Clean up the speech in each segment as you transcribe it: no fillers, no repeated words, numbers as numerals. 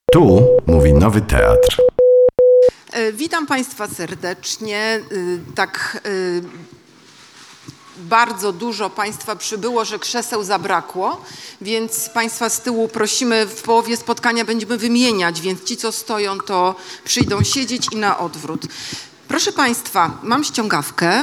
Tu mówi Nowy Teatr. Witam Państwa serdecznie. Bardzo dużo Państwa przybyło, że krzeseł zabrakło, więc Państwa z tyłu prosimy, w połowie spotkania będziemy wymieniać, więc ci, co stoją, to przyjdą siedzieć i na odwrót. Proszę Państwa, mam ściągawkę.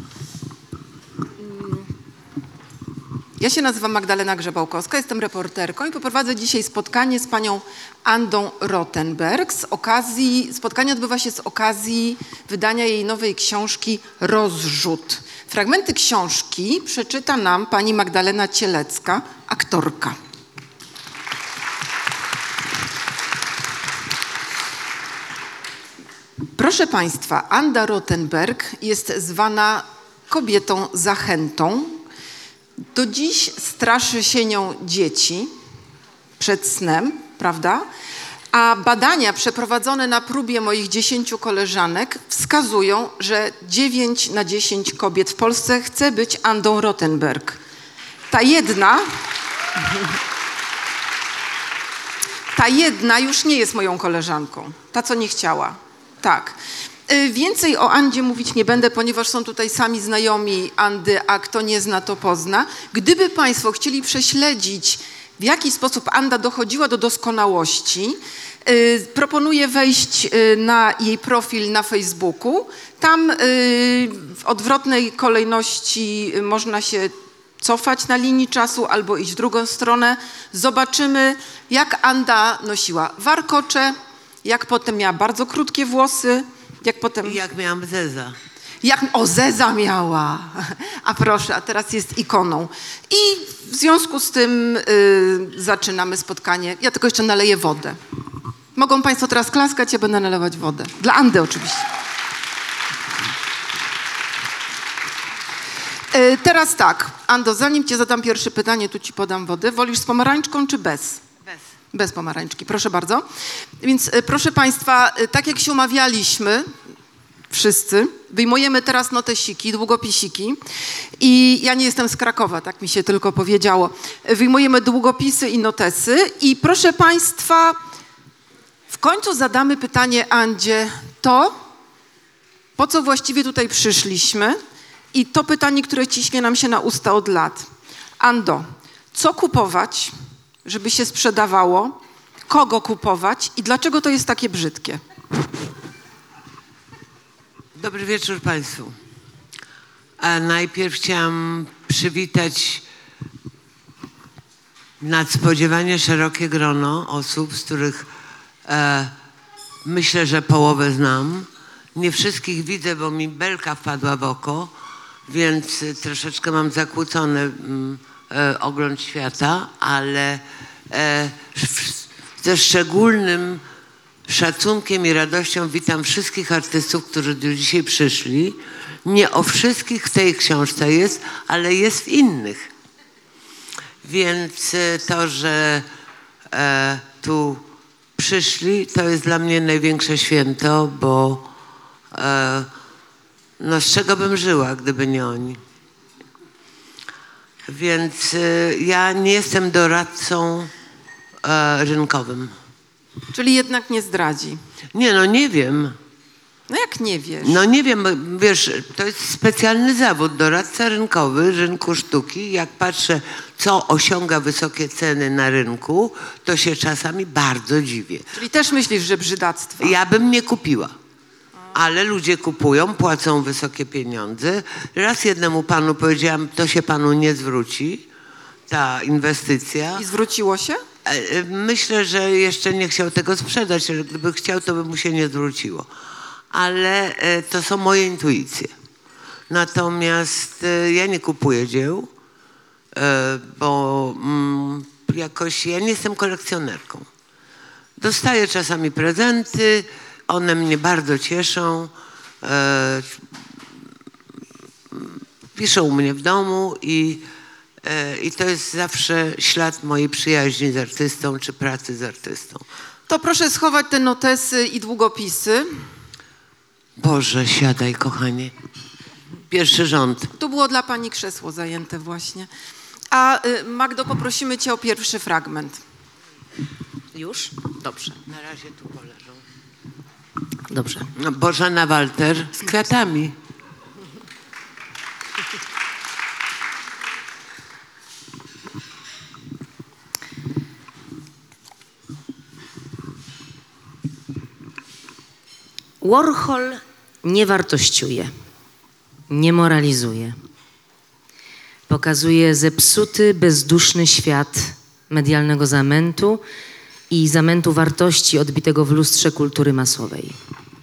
Ja się nazywam Magdalena Grzebałkowska, jestem reporterką i poprowadzę dzisiaj spotkanie z panią Andą Rothenberg. Spotkanie odbywa się z okazji wydania jej nowej książki Rozrzut. Fragmenty książki przeczyta nam pani Magdalena Cielecka, aktorka. Proszę Państwa, Anda Rothenberg jest zwana kobietą zachętą. Do dziś straszy się nią dzieci przed snem, prawda? A badania przeprowadzone na próbie moich 10 koleżanek wskazują, że 9 na 10 kobiet w Polsce chce być Andą Rothenberg. Ta jedna już nie jest moją koleżanką. Ta, co nie chciała. Tak. Więcej o Andzie mówić nie będę, ponieważ są tutaj sami znajomi Andy, a kto nie zna, to pozna. Gdyby Państwo chcieli prześledzić, w jaki sposób Anda dochodziła do doskonałości, proponuję wejść na jej profil na Facebooku. Tam w odwrotnej kolejności można się cofać na linii czasu albo iść w drugą stronę. Zobaczymy, jak Anda nosiła warkocze, jak potem miała bardzo krótkie włosy, jak miałam zeza. Zeza miała. A proszę, a teraz jest ikoną. I w związku z tym zaczynamy spotkanie. Ja tylko jeszcze naleję wodę. Mogą Państwo teraz klaskać, ja będę nalewać wodę. Dla Andy oczywiście. Teraz tak, Ando, zanim Cię zadam pierwsze pytanie, tu Ci podam wodę. Wolisz z pomarańczką czy bez? Bez pomarańczki, proszę bardzo. Więc proszę Państwa, tak jak się umawialiśmy, wszyscy, wyjmujemy teraz notesiki, długopisiki i ja nie jestem z Krakowa, tak mi się tylko powiedziało. Wyjmujemy długopisy i notesy i proszę Państwa, w końcu zadamy pytanie Andzie, po co właściwie tutaj przyszliśmy i to pytanie, które ciśnie nam się na usta od lat. Ando, co kupować, żeby się sprzedawało, kogo kupować i dlaczego to jest takie brzydkie? Dobry wieczór Państwu. A najpierw chciałam przywitać nadspodziewanie szerokie grono osób, z których myślę, że połowę znam. Nie wszystkich widzę, bo mi belka wpadła w oko, więc troszeczkę mam zakłócony ogląd świata, ale ze szczególnym szacunkiem i radością witam wszystkich artystów, którzy tu dzisiaj przyszli. Nie o wszystkich w tej książce jest, ale jest w innych. Więc to, że tu przyszli, to jest dla mnie największe święto, bo z czego bym żyła, gdyby nie oni. Więc ja nie jestem doradcą rynkowym. Czyli jednak nie zdradzi. Nie wiem. No jak nie wiesz? No nie wiem, wiesz, to jest specjalny zawód, doradca rynkowy rynku sztuki. Jak patrzę, co osiąga wysokie ceny na rynku, to się czasami bardzo dziwię. Czyli też myślisz, że brzydactwo? Ja bym nie kupiła. Ale ludzie kupują, płacą wysokie pieniądze. Raz jednemu panu powiedziałam, to się panu nie zwróci, ta inwestycja. I zwróciło się? Myślę, że jeszcze nie chciał tego sprzedać, ale gdyby chciał, to by mu się nie zwróciło. Ale to są moje intuicje. Natomiast ja nie kupuję dzieł, bo jakoś ja nie jestem kolekcjonerką. Dostaję czasami prezenty, one mnie bardzo cieszą. Piszą u mnie w domu i to jest zawsze ślad mojej przyjaźni z artystą czy pracy z artystą. To proszę schować te notesy i długopisy. Boże, siadaj, kochanie. Pierwszy rząd. Tu było dla pani krzesło zajęte właśnie. A Magdo, poprosimy Cię o pierwszy fragment. Już? Dobrze. Na razie tu poleżą. Dobrze. No, Bożena Walter z kwiatami. Warhol nie wartościuje, nie moralizuje. Pokazuje zepsuty, bezduszny świat medialnego zamętu i zamętu wartości odbitego w lustrze kultury masowej.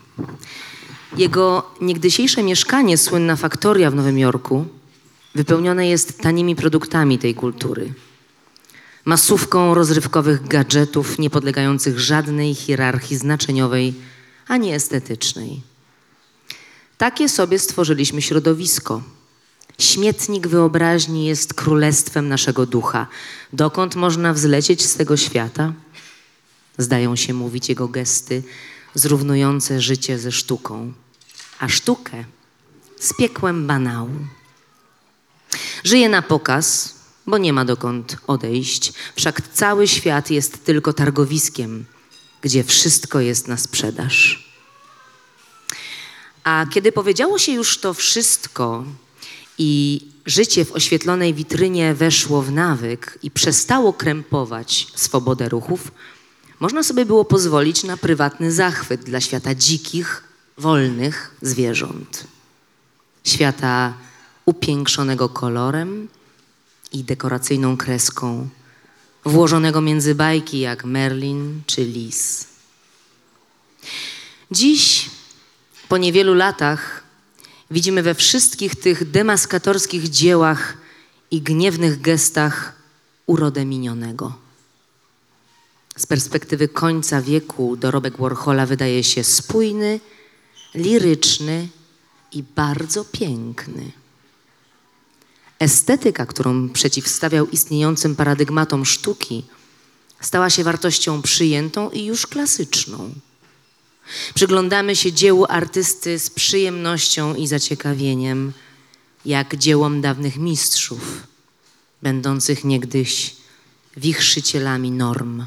Jego niegdysiejsze mieszkanie, słynna faktoria w Nowym Jorku, wypełnione jest tanimi produktami tej kultury. Masówką rozrywkowych gadżetów niepodlegających żadnej hierarchii znaczeniowej ani estetycznej. Takie sobie stworzyliśmy środowisko. Śmietnik wyobraźni jest królestwem naszego ducha. Dokąd można wzlecieć z tego świata? Zdają się mówić jego gesty, zrównujące życie ze sztuką, a sztukę z piekłem banału. Żyje na pokaz, bo nie ma dokąd odejść, wszak cały świat jest tylko targowiskiem, gdzie wszystko jest na sprzedaż. A kiedy powiedziało się już to wszystko i życie w oświetlonej witrynie weszło w nawyk i przestało krępować swobodę ruchów, można sobie było pozwolić na prywatny zachwyt dla świata dzikich, wolnych zwierząt. Świata upiększonego kolorem i dekoracyjną kreską, włożonego między bajki jak Merlin czy Lis. Dziś, po niewielu latach, widzimy we wszystkich tych demaskatorskich dziełach i gniewnych gestach urodę minionego. Z perspektywy końca wieku dorobek Warhola wydaje się spójny, liryczny i bardzo piękny. Estetyka, którą przeciwstawiał istniejącym paradygmatom sztuki, stała się wartością przyjętą i już klasyczną. Przyglądamy się dziełu artysty z przyjemnością i zaciekawieniem, jak dziełom dawnych mistrzów, będących niegdyś wichrzycielami norm.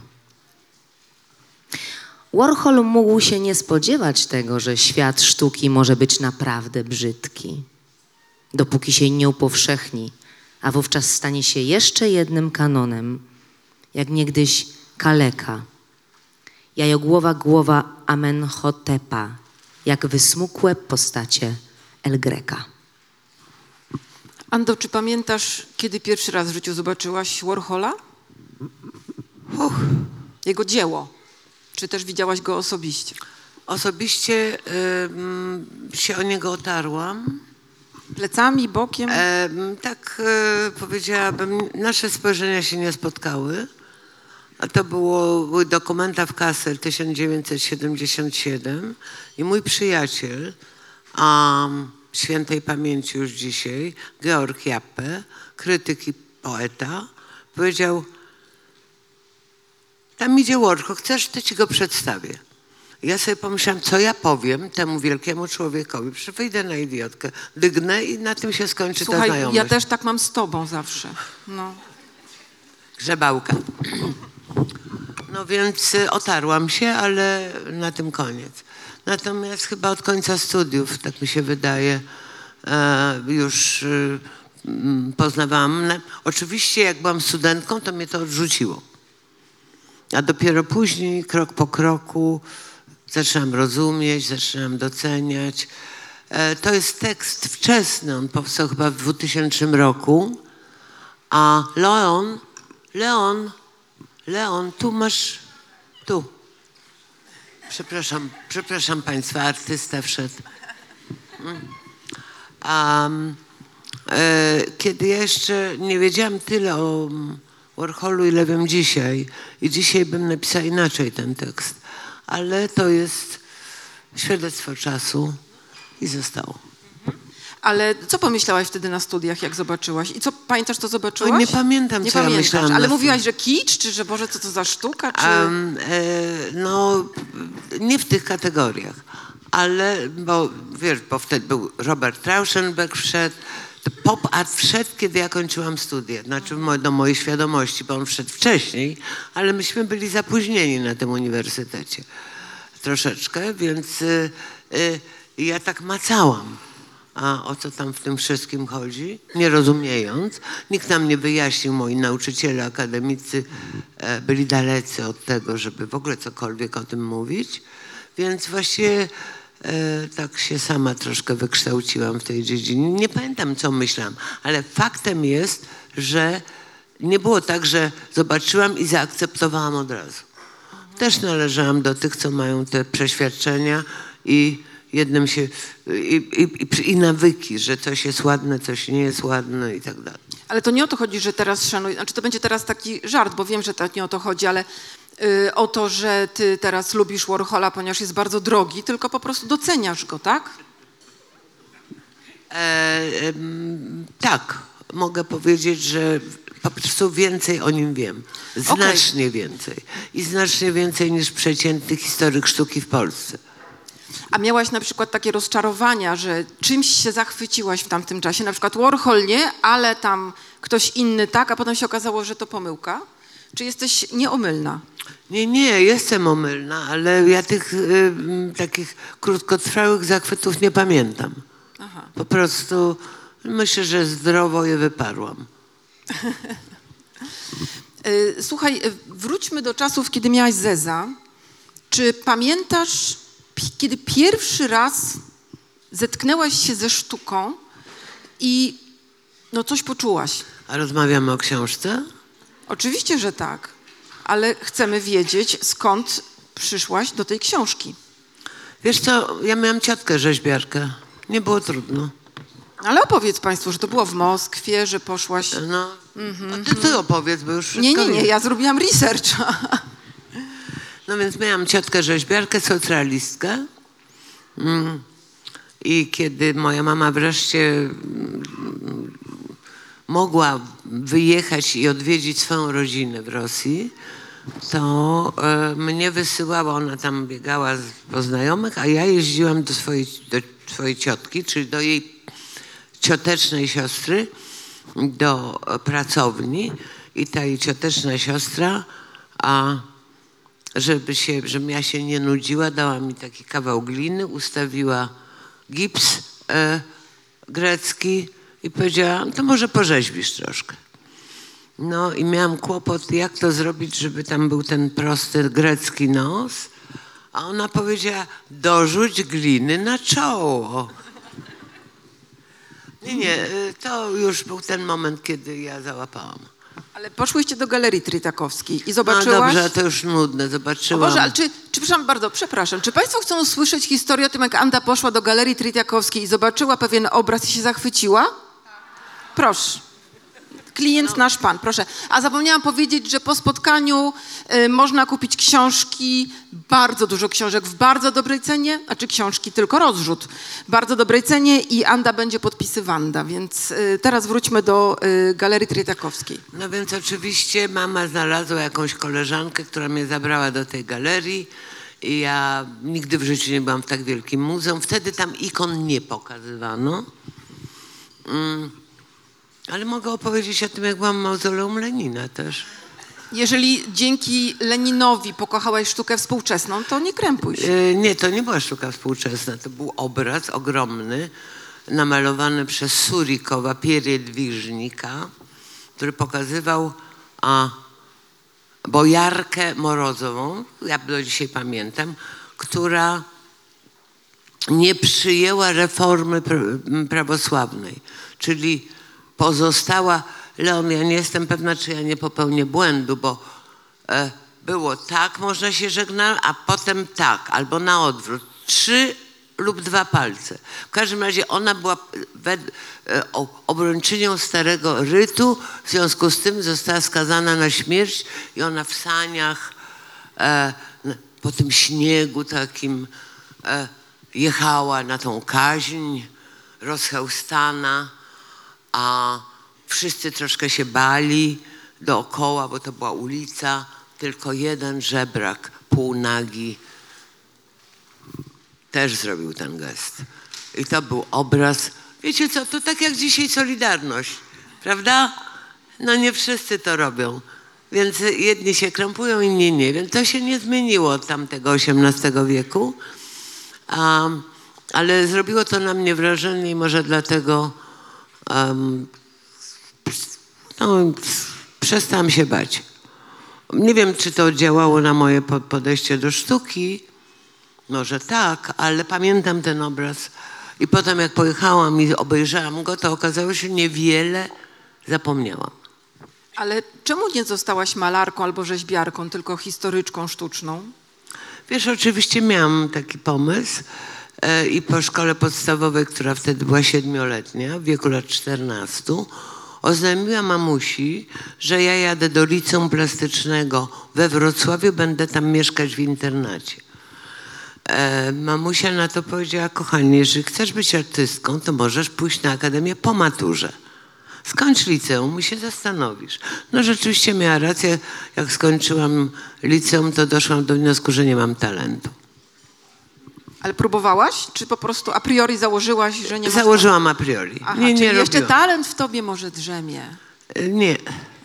Warhol mógł się nie spodziewać tego, że świat sztuki może być naprawdę brzydki, dopóki się nie upowszechni, a wówczas stanie się jeszcze jednym kanonem, jak niegdyś Kaleka, jajogłowa głowa Amenhotepa, jak wysmukłe postacie El Greca. Ando, czy pamiętasz, kiedy pierwszy raz w życiu zobaczyłaś Warhola? Jego dzieło. Czy też widziałaś go osobiście? Osobiście się o niego otarłam. Plecami, bokiem? Tak powiedziałabym, nasze spojrzenia się nie spotkały. A to było Dokumenta w Kassel 1977 i mój przyjaciel, świętej pamięci już dzisiaj, Georg Jappe, krytyk i poeta, powiedział: tam idzie Warhol, chcesz, to ci go przedstawię. Ja sobie pomyślałam, co ja powiem temu wielkiemu człowiekowi. Przecież wyjdę na idiotkę, dygnę i na tym się skończy Słuchaj, ta znajomość. ja też tak mam z tobą zawsze. No. Grzebałka. No więc otarłam się, ale na tym koniec. Natomiast chyba od końca studiów, tak mi się wydaje, już poznawałam. Oczywiście jak byłam studentką, to mnie to odrzuciło. A dopiero później, krok po kroku, zaczynam rozumieć, zaczynam doceniać. To jest tekst wczesny, on powstał chyba w 2000 roku. A Leon, tu masz, tu. Przepraszam państwa, artysta wszedł. Kiedy jeszcze nie wiedziałam tyle o Warholu, ile wiem dzisiaj. I dzisiaj bym napisała inaczej ten tekst. Ale to jest świadectwo czasu i zostało. Ale co pomyślałaś wtedy na studiach, jak zobaczyłaś? I co, pamiętasz, co zobaczyłaś? Oj, nie pamiętam, nie co ja pamiętasz, myślałam ale na mówiłaś, studiach. że kicz, czy że Boże, co to za sztuka? Czy... No, nie w tych kategoriach. Ale, bo wiesz, bo wtedy był Robert Rauschenberg wszedł, Pop art wszedł, kiedy ja kończyłam studia, znaczy do mojej świadomości, bo on wszedł wcześniej, ale myśmy byli zapóźnieni na tym uniwersytecie troszeczkę, więc ja tak macałam. A o co tam w tym wszystkim chodzi? Nie rozumiejąc. Nikt nam nie wyjaśnił, moi nauczyciele akademicy byli dalecy od tego, żeby w ogóle cokolwiek o tym mówić. Więc właśnie tak się sama troszkę wykształciłam w tej dziedzinie. Nie pamiętam, co myślałam, ale faktem jest, że nie było tak, że zobaczyłam i zaakceptowałam od razu. Też należałam do tych, co mają te przeświadczenia i jednym się i nawyki, że coś jest ładne, coś nie jest ładne i tak dalej. Ale to nie o to chodzi, że teraz szanuj, znaczy to będzie teraz taki żart, bo wiem, że to nie o to chodzi, ale o to, że ty teraz lubisz Warhola, ponieważ jest bardzo drogi, tylko po prostu doceniasz go, tak? Tak, mogę powiedzieć, że po prostu więcej o nim wiem. Znacznie więcej. I znacznie więcej niż przeciętny historyk sztuki w Polsce. A miałaś na przykład takie rozczarowania, że czymś się zachwyciłaś w tamtym czasie, na przykład Warhol nie, ale tam ktoś inny tak, a potem się okazało, że to pomyłka? Czy jesteś nieomylna? Nie, jestem omylna, ale ja tych takich krótkotrwałych zachwytów nie pamiętam. Aha. Po prostu myślę, że zdrowo je wyparłam. Słuchaj, wróćmy do czasów, kiedy miałaś Zeza. Czy pamiętasz, kiedy pierwszy raz zetknęłaś się ze sztuką i no coś poczułaś? A rozmawiamy o książce? Oczywiście, że tak, ale chcemy wiedzieć, skąd przyszłaś do tej książki. Wiesz co, ja miałam ciotkę rzeźbiarkę. Nie było trudno. Ale opowiedz państwu, że to było w Moskwie, że poszłaś... No, a ty opowiedz, bo już wszystko Nie, wiem. ja zrobiłam research. No więc miałam ciotkę rzeźbiarkę, socjalistkę. I kiedy moja mama wreszcie mogła wyjechać i odwiedzić swoją rodzinę w Rosji, to mnie wysyłała, ona tam biegała po znajomych, a ja jeździłam do swojej ciotki, czyli do jej ciotecznej siostry, do pracowni i ta jej cioteczna siostra, żebym ja się nie nudziła, dała mi taki kawał gliny, ustawiła gips grecki i powiedziała, to może porzeźbisz troszkę. No i miałam kłopot, jak to zrobić, żeby tam był ten prosty grecki nos, a ona powiedziała, dorzuć gliny na czoło. Nie, to już był ten moment, kiedy ja załapałam. Ale poszłyście do Galerii Trytakowskiej i No zobaczyłaś... dobrze, to już nudne, O zobaczyłam. Boże, ale przepraszam, czy państwo chcą usłyszeć historię o tym, jak Anda poszła do Galerii Trytakowskiej i zobaczyła pewien obraz i się zachwyciła? Proszę. Klient nasz pan, proszę. A zapomniałam powiedzieć, że po spotkaniu można kupić książki, bardzo dużo książek w bardzo dobrej cenie, znaczy książki tylko rozrzut, w bardzo dobrej cenie i Anda będzie podpisywana, więc teraz wróćmy do Galerii Trytakowskiej. No więc oczywiście mama znalazła jakąś koleżankę, która mnie zabrała do tej galerii i ja nigdy w życiu nie byłam w tak wielkim muzeum. Wtedy tam ikon nie pokazywano. Ale mogę opowiedzieć o tym, jak byłam w mauzoleum Lenina też. Jeżeli dzięki Leninowi pokochałaś sztukę współczesną, to nie krępuj się. Nie, to nie była sztuka współczesna, to był obraz ogromny, namalowany przez Surikowa, Pieredwiżnika, który pokazywał bojarkę Morozową, ja do dzisiaj pamiętam, która nie przyjęła reformy prawosławnej, czyli pozostała, Leon, ja nie jestem pewna, czy ja nie popełnię błędu, bo było tak, można się żegnać, a potem tak, albo na odwrót. 3 lub 2 palce. W każdym razie ona była obrończynią starego rytu, w związku z tym została skazana na śmierć i ona w saniach po tym śniegu takim jechała na tą kaźń rozchełstana, a wszyscy troszkę się bali dookoła, bo to była ulica, tylko jeden żebrak, półnagi, też zrobił ten gest. I to był obraz Wiecie co, to tak jak dzisiaj Solidarność, prawda? No nie wszyscy to robią. Więc jedni się krępują, inni nie. Więc to się nie zmieniło od tamtego XVIII wieku. Ale zrobiło to na mnie wrażenie i może dlatego przestałam się bać. Nie wiem, czy to działało na moje podejście do sztuki. Może tak, ale pamiętam ten obraz. I potem jak pojechałam i obejrzałam go, to okazało się, że niewiele zapomniałam. Ale czemu nie zostałaś malarką albo rzeźbiarką, tylko historyczką sztuczną? Wiesz, oczywiście miałam taki pomysł i po szkole podstawowej, która wtedy była 7-letnia, w wieku lat 14, oznajmiłam mamusi, że ja jadę do liceum plastycznego we Wrocławiu, będę tam mieszkać w internacie. Mamusia na to powiedziała: kochanie, jeżeli chcesz być artystką, to możesz pójść na akademię po maturze. Skończ liceum i się zastanowisz. No rzeczywiście miała rację. Jak skończyłam liceum, to doszłam do wniosku, że nie mam talentu. Ale próbowałaś? Czy po prostu a priori założyłaś, że nie masz Założyłam a priori. Aha, Nie czyli jeszcze robiłam. talent w tobie może drzemie. Nie.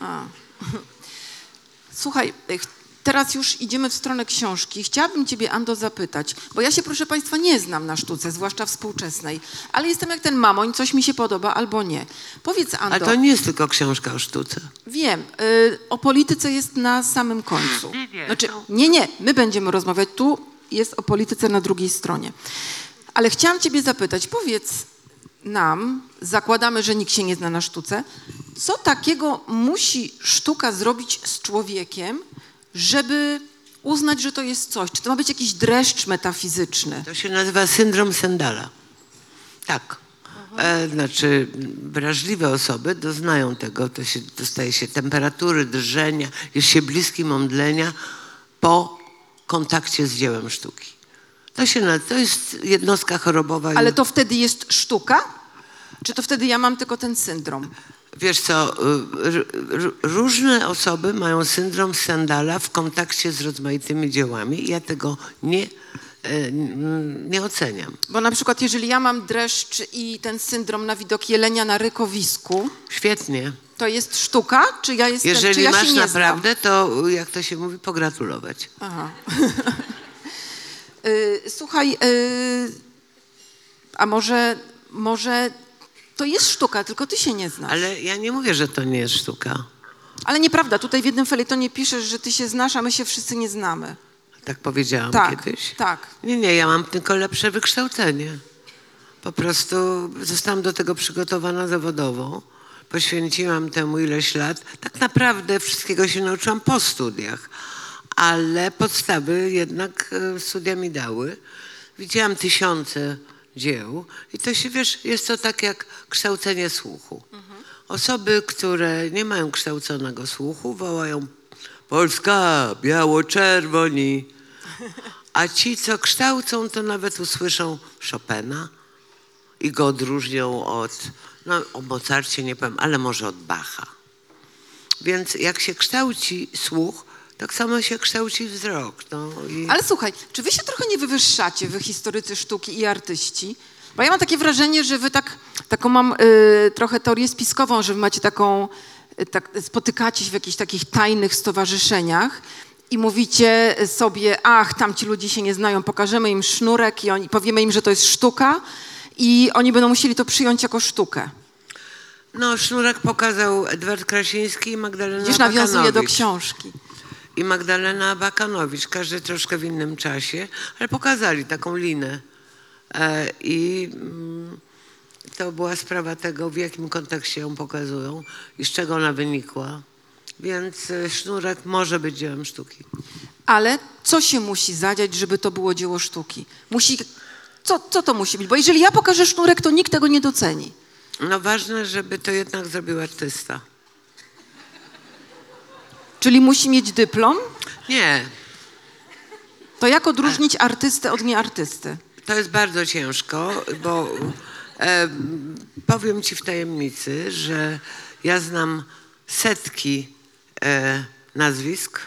Słuchaj, teraz już idziemy w stronę książki. Chciałabym ciebie, Ando, zapytać, bo ja się, proszę państwa, nie znam na sztuce, zwłaszcza współczesnej, ale jestem jak ten mamoń, coś mi się podoba albo nie. Powiedz, Ando... Ale to nie jest tylko książka o sztuce. Wiem, o polityce jest na samym końcu. Nie. Znaczy, nie, my będziemy rozmawiać, tu jest o polityce na drugiej stronie. Ale chciałam ciebie zapytać, powiedz nam, zakładamy, że nikt się nie zna na sztuce, co takiego musi sztuka zrobić z człowiekiem, żeby uznać, że to jest coś? Czy to ma być jakiś dreszcz metafizyczny? To się nazywa syndrom Sendala. Tak. Znaczy wrażliwe osoby doznają tego, dostaje się temperatury, drżenia, jest się bliskim omdlenia po kontakcie z dziełem sztuki. To jest jednostka chorobowa. Ale to wtedy jest sztuka? Czy to wtedy ja mam tylko ten syndrom? Wiesz co, różne osoby mają syndrom Sendala w kontakcie z rozmaitymi dziełami i ja tego nie oceniam. Bo na przykład jeżeli ja mam dreszcz i ten syndrom na widok jelenia na rykowisku, Świetnie. to jest sztuka? Czy ja jestem, czy Jeżeli ja masz się nie naprawdę, to jak to się mówi, pogratulować. znam? Aha. Słuchaj, a może to jest sztuka, tylko ty się nie znasz. Ale ja nie mówię, że to nie jest sztuka. Ale nieprawda, tutaj w jednym felietonie piszesz, że ty się znasz, a my się wszyscy nie znamy. Tak powiedziałam Tak, kiedyś. tak. Nie, ja mam tylko lepsze wykształcenie. Po prostu zostałam do tego przygotowana zawodowo. Poświęciłam temu ileś lat. Tak naprawdę wszystkiego się nauczyłam po studiach, ale podstawy jednak studia mi dały. Widziałam tysiące dzieł i to się, wiesz, jest to tak jak kształcenie słuchu. Osoby, które nie mają kształconego słuchu, wołają: Polska, biało-czerwoni. A ci, co kształcą, to nawet usłyszą Chopina i go odróżnią od, no o Mozarcie nie powiem, ale może od Bacha. Więc jak się kształci słuch, tak samo się kształci wzrok. No Ale słuchaj, czy wy się trochę nie wywyższacie, wy historycy sztuki i artyści? Bo ja mam takie wrażenie, że wy taką mam trochę teorię spiskową, że wy macie taką, spotykacie się w jakichś takich tajnych stowarzyszeniach i mówicie sobie: ach, tamci ludzie się nie znają, pokażemy im sznurek i powiemy im, że to jest sztuka i oni będą musieli to przyjąć jako sztukę. No, sznurek pokazał Edward Krasiński i Magdalena Gdzieś nawiązuje do Abakanowicz. książki. I Magdalena Abakanowicz, każdy troszkę w innym czasie, ale pokazali taką linę. To była sprawa tego, w jakim kontekście ją pokazują i z czego ona wynikła. Więc sznurek może być dziełem sztuki. Ale co się musi zadziać, żeby to było dzieło sztuki? Co to musi być? Bo jeżeli ja pokażę sznurek, to nikt tego nie doceni. No ważne, żeby to jednak zrobił artysta. Czyli musi mieć dyplom? Nie, To jak odróżnić artystę od nieartysty? to jest bardzo ciężko, bo powiem ci w tajemnicy, że ja znam setki nazwisk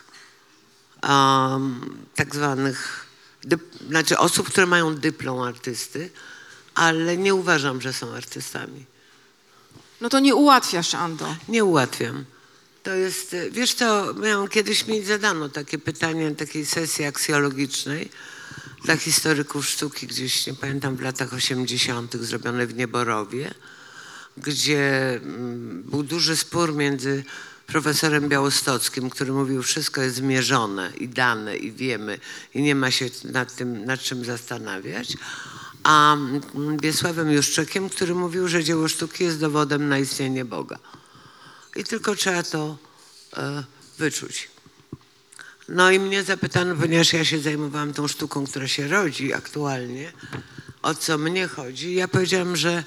tak zwanych, znaczy osób, które mają dyplom artysty, ale nie uważam, że są artystami. No to nie ułatwiasz, Ando. Nie ułatwiam. To jest, wiesz co, kiedyś mi zadano takie pytanie na takiej sesji aksjologicznej dla historyków sztuki, gdzieś, nie pamiętam, w latach 80. zrobione w Nieborowie, gdzie był duży spór między profesorem Białostockim, który mówił, wszystko jest zmierzone i dane i wiemy i nie ma się nad czym zastanawiać, a Wiesławem Juszczykiem, który mówił, że dzieło sztuki jest dowodem na istnienie Boga. I tylko trzeba to wyczuć. No i mnie zapytano, ponieważ ja się zajmowałam tą sztuką, która się rodzi aktualnie, o co mnie chodzi. Ja powiedziałam, że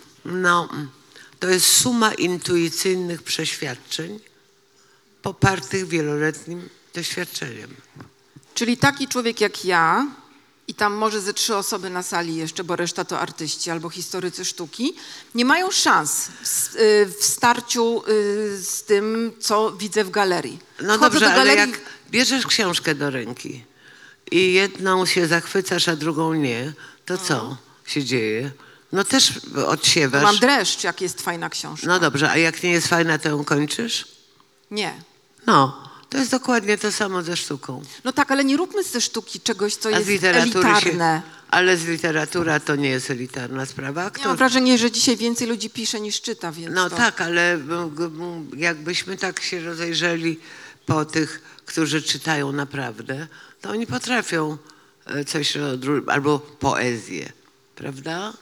to jest suma intuicyjnych przeświadczeń popartych wieloletnim doświadczeniem. Czyli taki człowiek jak ja i tam może ze 3 osoby na sali jeszcze, bo reszta to artyści albo historycy sztuki, nie mają szans w starciu z tym, co widzę w galerii. No Wchodzę dobrze, do galerii... ale jak bierzesz książkę do ręki i jedną się zachwycasz, a drugą nie, to co się dzieje? No też odsiewasz. Mam dreszcz, jak jest fajna książka. No dobrze, a jak nie jest fajna, to ją kończysz? Nie. No, to jest dokładnie to samo ze sztuką. No tak, ale nie róbmy ze sztuki czegoś, co A jest z literatury elitarne. ale z literatura to nie jest elitarna sprawa. Ja mam wrażenie, że dzisiaj więcej ludzi pisze niż czyta, więc No to... tak, ale jakbyśmy tak się rozejrzeli po tych, którzy czytają naprawdę, to oni potrafią coś albo poezję, prawda?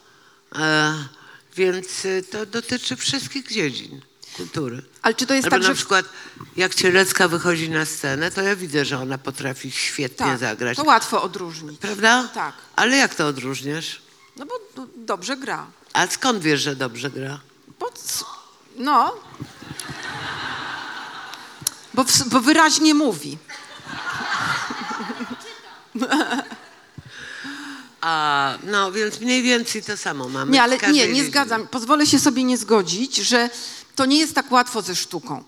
Więc to dotyczy wszystkich dziedzin kultury. Ale czy to jest Albo tak, na że... przykład jak Cielecka wychodzi na scenę, to ja widzę, że ona potrafi świetnie Tak, zagrać. to łatwo odróżnić. Prawda? Tak. Ale jak to odróżniasz? No bo dobrze gra. A skąd wiesz, że dobrze gra? No. Bo wyraźnie mówi. No, więc mniej więcej to samo mamy. Nie, ale w każdej nie dziedzinie. zgadzam. Pozwolę się sobie nie zgodzić, że to nie jest tak łatwo ze sztuką.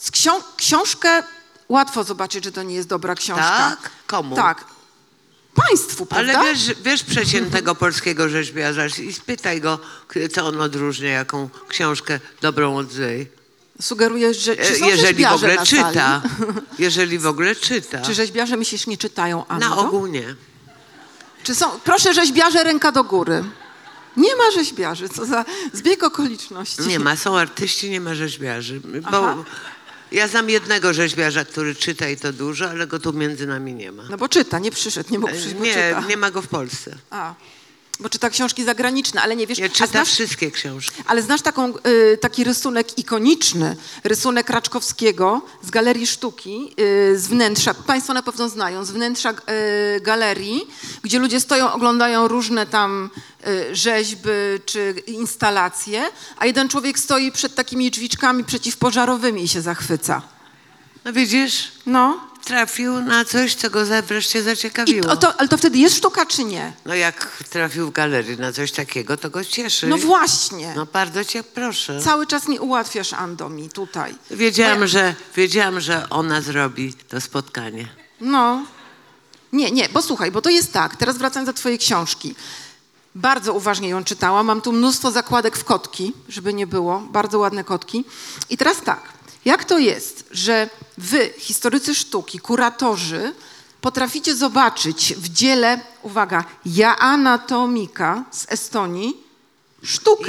Książkę łatwo zobaczyć, że to nie jest dobra książka. Tak? Komu? Tak. Państwu, prawda? Ale wiesz przeciętnego polskiego rzeźbiarza i spytaj go, co on odróżnia, jaką książkę dobrą od złej. Sugerujesz, że czy są Jeżeli w rzeźbiarze ogóle na czyta. sali? Jeżeli w ogóle czyta. Czy rzeźbiarze, myślisz, nie czytają, Ando? Na ogół nie. Czy są... Proszę rzeźbiarze, ręka do góry. Nie ma rzeźbiarzy, co za zbieg okoliczności. Nie ma, są artyści, nie ma rzeźbiarzy. Aha. Bo ja znam jednego rzeźbiarza, który czyta i to dużo, ale go tu między nami nie ma. No bo czyta, nie przyszedł, nie mógł przyjść, bo Nie, czyta. nie ma go w Polsce. Bo czyta książki zagraniczne, ale nie wiesz... Nie a czyta znasz, wszystkie książki. ale znasz taki rysunek ikoniczny, rysunek Raczkowskiego z Galerii Sztuki, z wnętrza, państwo na pewno znają, z wnętrza galerii, gdzie ludzie stoją, oglądają różne tam rzeźby czy instalacje, a jeden człowiek stoi przed takimi drzwiczkami przeciwpożarowymi i się zachwyca. No widzisz, No. trafił na coś, co go wreszcie zaciekawiło. Ale to wtedy jest sztuka, czy nie? No jak trafił w galerii na coś takiego, to go cieszy. No właśnie. No bardzo cię proszę. Cały czas nie ułatwiasz, Ando, mi tutaj. Wiedziałam, że ona zrobi to spotkanie. No. Nie, bo słuchaj, bo to jest tak, teraz wracając do twojej książki. Bardzo uważnie ją czytałam, mam tu mnóstwo zakładek w kotki, żeby nie było, bardzo ładne kotki. I teraz tak, jak to jest, że wy, historycy sztuki, kuratorzy, potraficie zobaczyć w dziele, uwaga, Jana Tomika z Estonii, sztukę.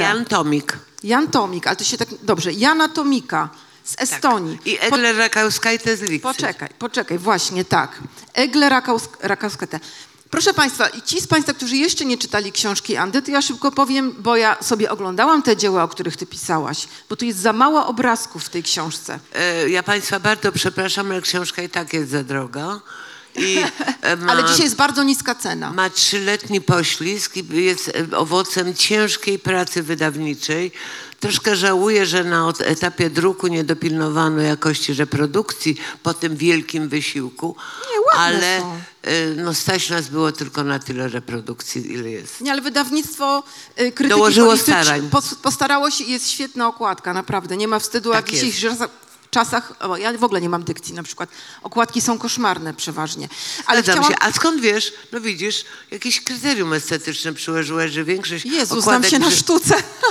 Jan Tomik, ale to się tak, dobrze, Jana Tomika z Estonii. Tak. I Egle Rakauskaite z Lipcy. Poczekaj, właśnie tak. Egle Rakauskaite. Proszę Państwa, i ci z Państwa, którzy jeszcze nie czytali książki Andy, to ja szybko powiem, bo ja sobie oglądałam te dzieła, o których Ty pisałaś, bo tu jest za mało obrazków w tej książce. Ja Państwa bardzo przepraszam, ale książka i tak jest za droga. Ale dzisiaj jest bardzo niska cena. Ma 3-letni poślizg i jest owocem ciężkiej pracy wydawniczej. Troszkę żałuję, że na etapie druku nie dopilnowano jakości reprodukcji po tym wielkim wysiłku. Nie, ładne ale są. No stać nas było tylko na tyle reprodukcji, ile jest. Nie, ale wydawnictwo krytyki Dołożyło politycznej starań. postarało się i jest świetna okładka, naprawdę. Nie ma wstydu, a Tak w dzisiejszych czasach czasach, ja w ogóle nie mam dykcji na przykład, okładki są koszmarne przeważnie. Ale Zgadzam chciałam... się. A skąd wiesz? No widzisz, jakieś kryterium estetyczne przyłożyłeś, że większość Jezu, znam okładek... się na sztuce.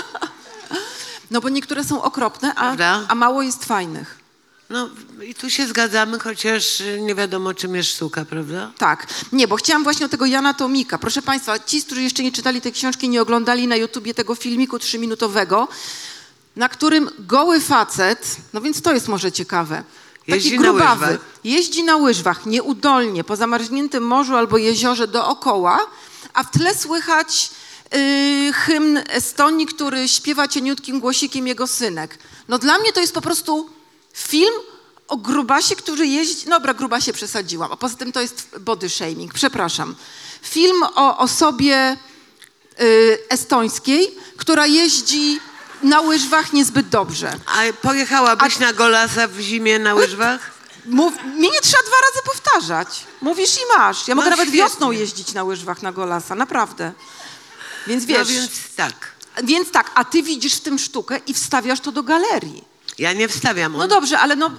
No bo niektóre są okropne, Prawda? a mało jest fajnych. No i tu się zgadzamy, chociaż nie wiadomo, czym jest sztuka, prawda? Tak. Nie, bo chciałam właśnie o tego Jana Tomika. Proszę Państwa, ci, którzy jeszcze nie czytali tej książki, nie oglądali na YouTubie tego filmiku 3-minutowego, na którym goły facet, no więc to jest może ciekawe, taki Jeździ na grubawy, łyżwach. jeździ na łyżwach nieudolnie po zamarzniętym morzu albo jeziorze dookoła, a w tle słychać hymn Estonii, który śpiewa cieniutkim głosikiem jego synek. No dla mnie to jest po prostu film o grubasie, który jeździ... Dobra, grubasie przesadziłam, a poza tym to jest body shaming, przepraszam. Film o osobie estońskiej, która jeździ na łyżwach niezbyt dobrze. A pojechałabyś na Golasa w zimie na łyżwach? Mnie nie trzeba 2 razy powtarzać. Mówisz i masz. Ja mogę nawet świetnie. wiosną jeździć na łyżwach na Golasa, naprawdę. Więc wiesz... No więc tak. Więc tak, a ty widzisz w tym sztukę i wstawiasz to do galerii. Ja nie wstawiam. No dobrze, ale no,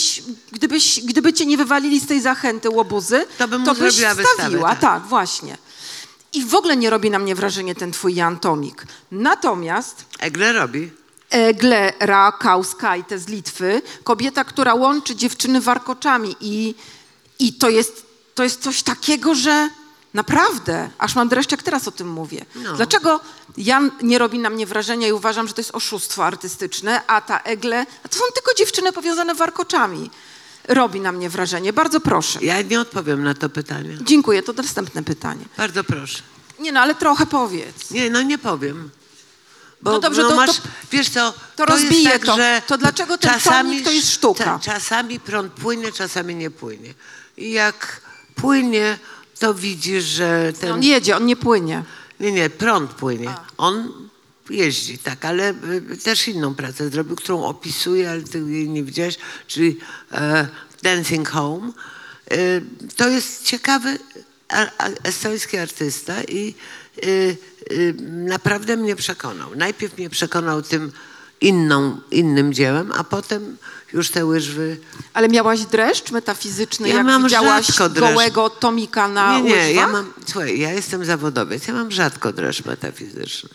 gdyby cię nie wywalili z tej zachęty łobuzy, To bym mu byś zrobiła wystawę, wstawiła. tak. Tak, właśnie. I w ogóle nie robi na mnie wrażenie ten twój Jan Tomik. Natomiast Egle robi. Glera Kauskaite z Litwy, kobieta, która łączy dziewczyny warkoczami i to jest coś takiego, że naprawdę, aż mam dreszcz, jak teraz o tym mówię. No. Dlaczego Jan nie robi na mnie wrażenia i uważam, że to jest oszustwo artystyczne, a ta Egle, a to są tylko dziewczyny powiązane warkoczami. Robi na mnie wrażenie. Bardzo proszę. Ja nie odpowiem na to pytanie. Dziękuję, to następne pytanie. Bardzo proszę. Nie no, ale trochę powiedz. Nie, no nie powiem. Bo, No dobrze, to- masz, to- wiesz co, to jest rozbiję tak, to. że To dlaczego ten pomnik to jest sztuka? Czasami prąd płynie, czasami nie płynie. I jak płynie, to widzisz, że ten... On jedzie, on nie płynie. Nie, prąd płynie. On jeździ, tak, ale też inną pracę zrobił, którą opisuje, ale ty jej nie widziałeś, czyli Dancing Home. To jest ciekawy estoński artysta i naprawdę mnie przekonał. Najpierw mnie przekonał tym innym dziełem, a potem już te łyżwy... Ale miałaś dreszcz metafizyczny, Ja jak mam widziałaś rzadko dreszcz. gołego Tomika na Nie, łyżwach? słuchaj, ja jestem zawodowiec, ja mam rzadko dreszcz metafizyczny.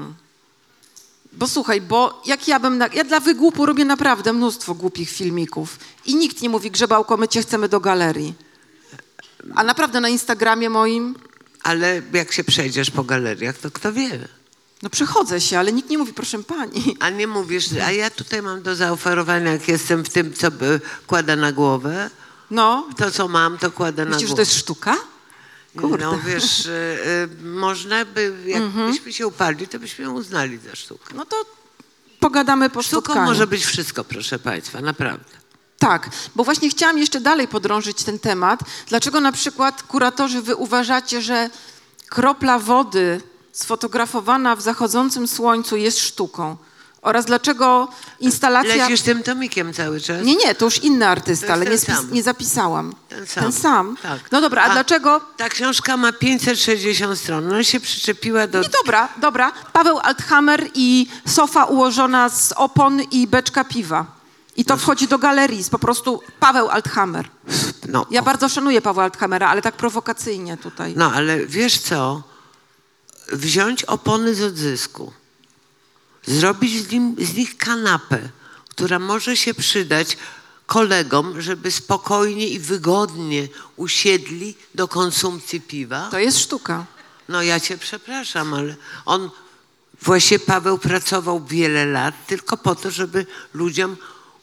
Bo słuchaj, bo jak ja dla wygłupu robię naprawdę mnóstwo głupich filmików i nikt nie mówi, Grzebałko, my cię chcemy do galerii. A naprawdę na Instagramie moim, Ale jak się przejdziesz po galeriach, to kto wie? no przechodzę się, ale nikt nie mówi, proszę pani. A nie mówisz, a ja tutaj mam do zaoferowania, jak jestem w tym, co kładę na głowę, No, to co mam, to kładę na myślisz, że głowę. to jest sztuka? Kurde. No wiesz, można by, jakbyśmy się uparli, to byśmy ją uznali za sztukę. No to pogadamy po Sztuką spotkaniu. może być wszystko, proszę państwa, naprawdę. Tak, bo właśnie chciałam jeszcze dalej podrążyć ten temat. Dlaczego na przykład kuratorzy wy uważacie, że kropla wody sfotografowana w zachodzącym słońcu jest sztuką? Oraz dlaczego instalacja... Lecisz tym tomikiem cały czas? Nie, to już inny artysta, To jest ale ten sam. nie zapisałam. Ten sam. Tak. No dobra, a dlaczego... Ta książka ma 560 stron, no się przyczepiła do... Nie, dobra. Paweł Althammer i sofa ułożona z opon i beczka piwa. I to wchodzi do galerii, jest po prostu Paweł Althammer. No, Ja bardzo szanuję Pawła Althammera, ale tak prowokacyjnie tutaj. no ale wiesz co? Wziąć opony z odzysku, zrobić z nich kanapę, która może się przydać kolegom, żeby spokojnie i wygodnie usiedli do konsumpcji piwa. To jest sztuka. No ja cię przepraszam, ale on, właśnie Paweł pracował wiele lat tylko po to, żeby ludziom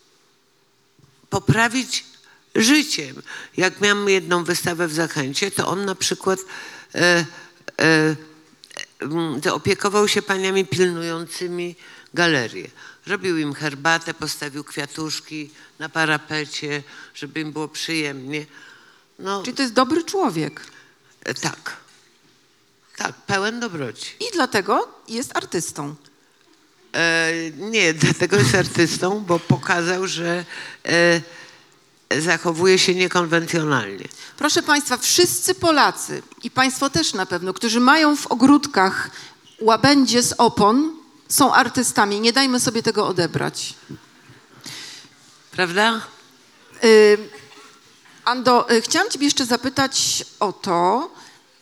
poprawić życie. Jak miałem jedną wystawę w Zachęcie, to on na przykład opiekował się paniami pilnującymi galerię. Robił im herbatę, postawił kwiatuszki na parapecie, żeby im było przyjemnie. No, Czyli to jest dobry człowiek. tak. Tak, pełen dobroci. I dlatego jest artystą. Nie, dlatego jest artystą, bo pokazał, że zachowuje się niekonwencjonalnie. Proszę Państwa, wszyscy Polacy i Państwo też na pewno, którzy mają w ogródkach łabędzie z opon, są artystami. Nie dajmy sobie tego odebrać. Prawda? Ando, chciałam ciebie jeszcze zapytać o to,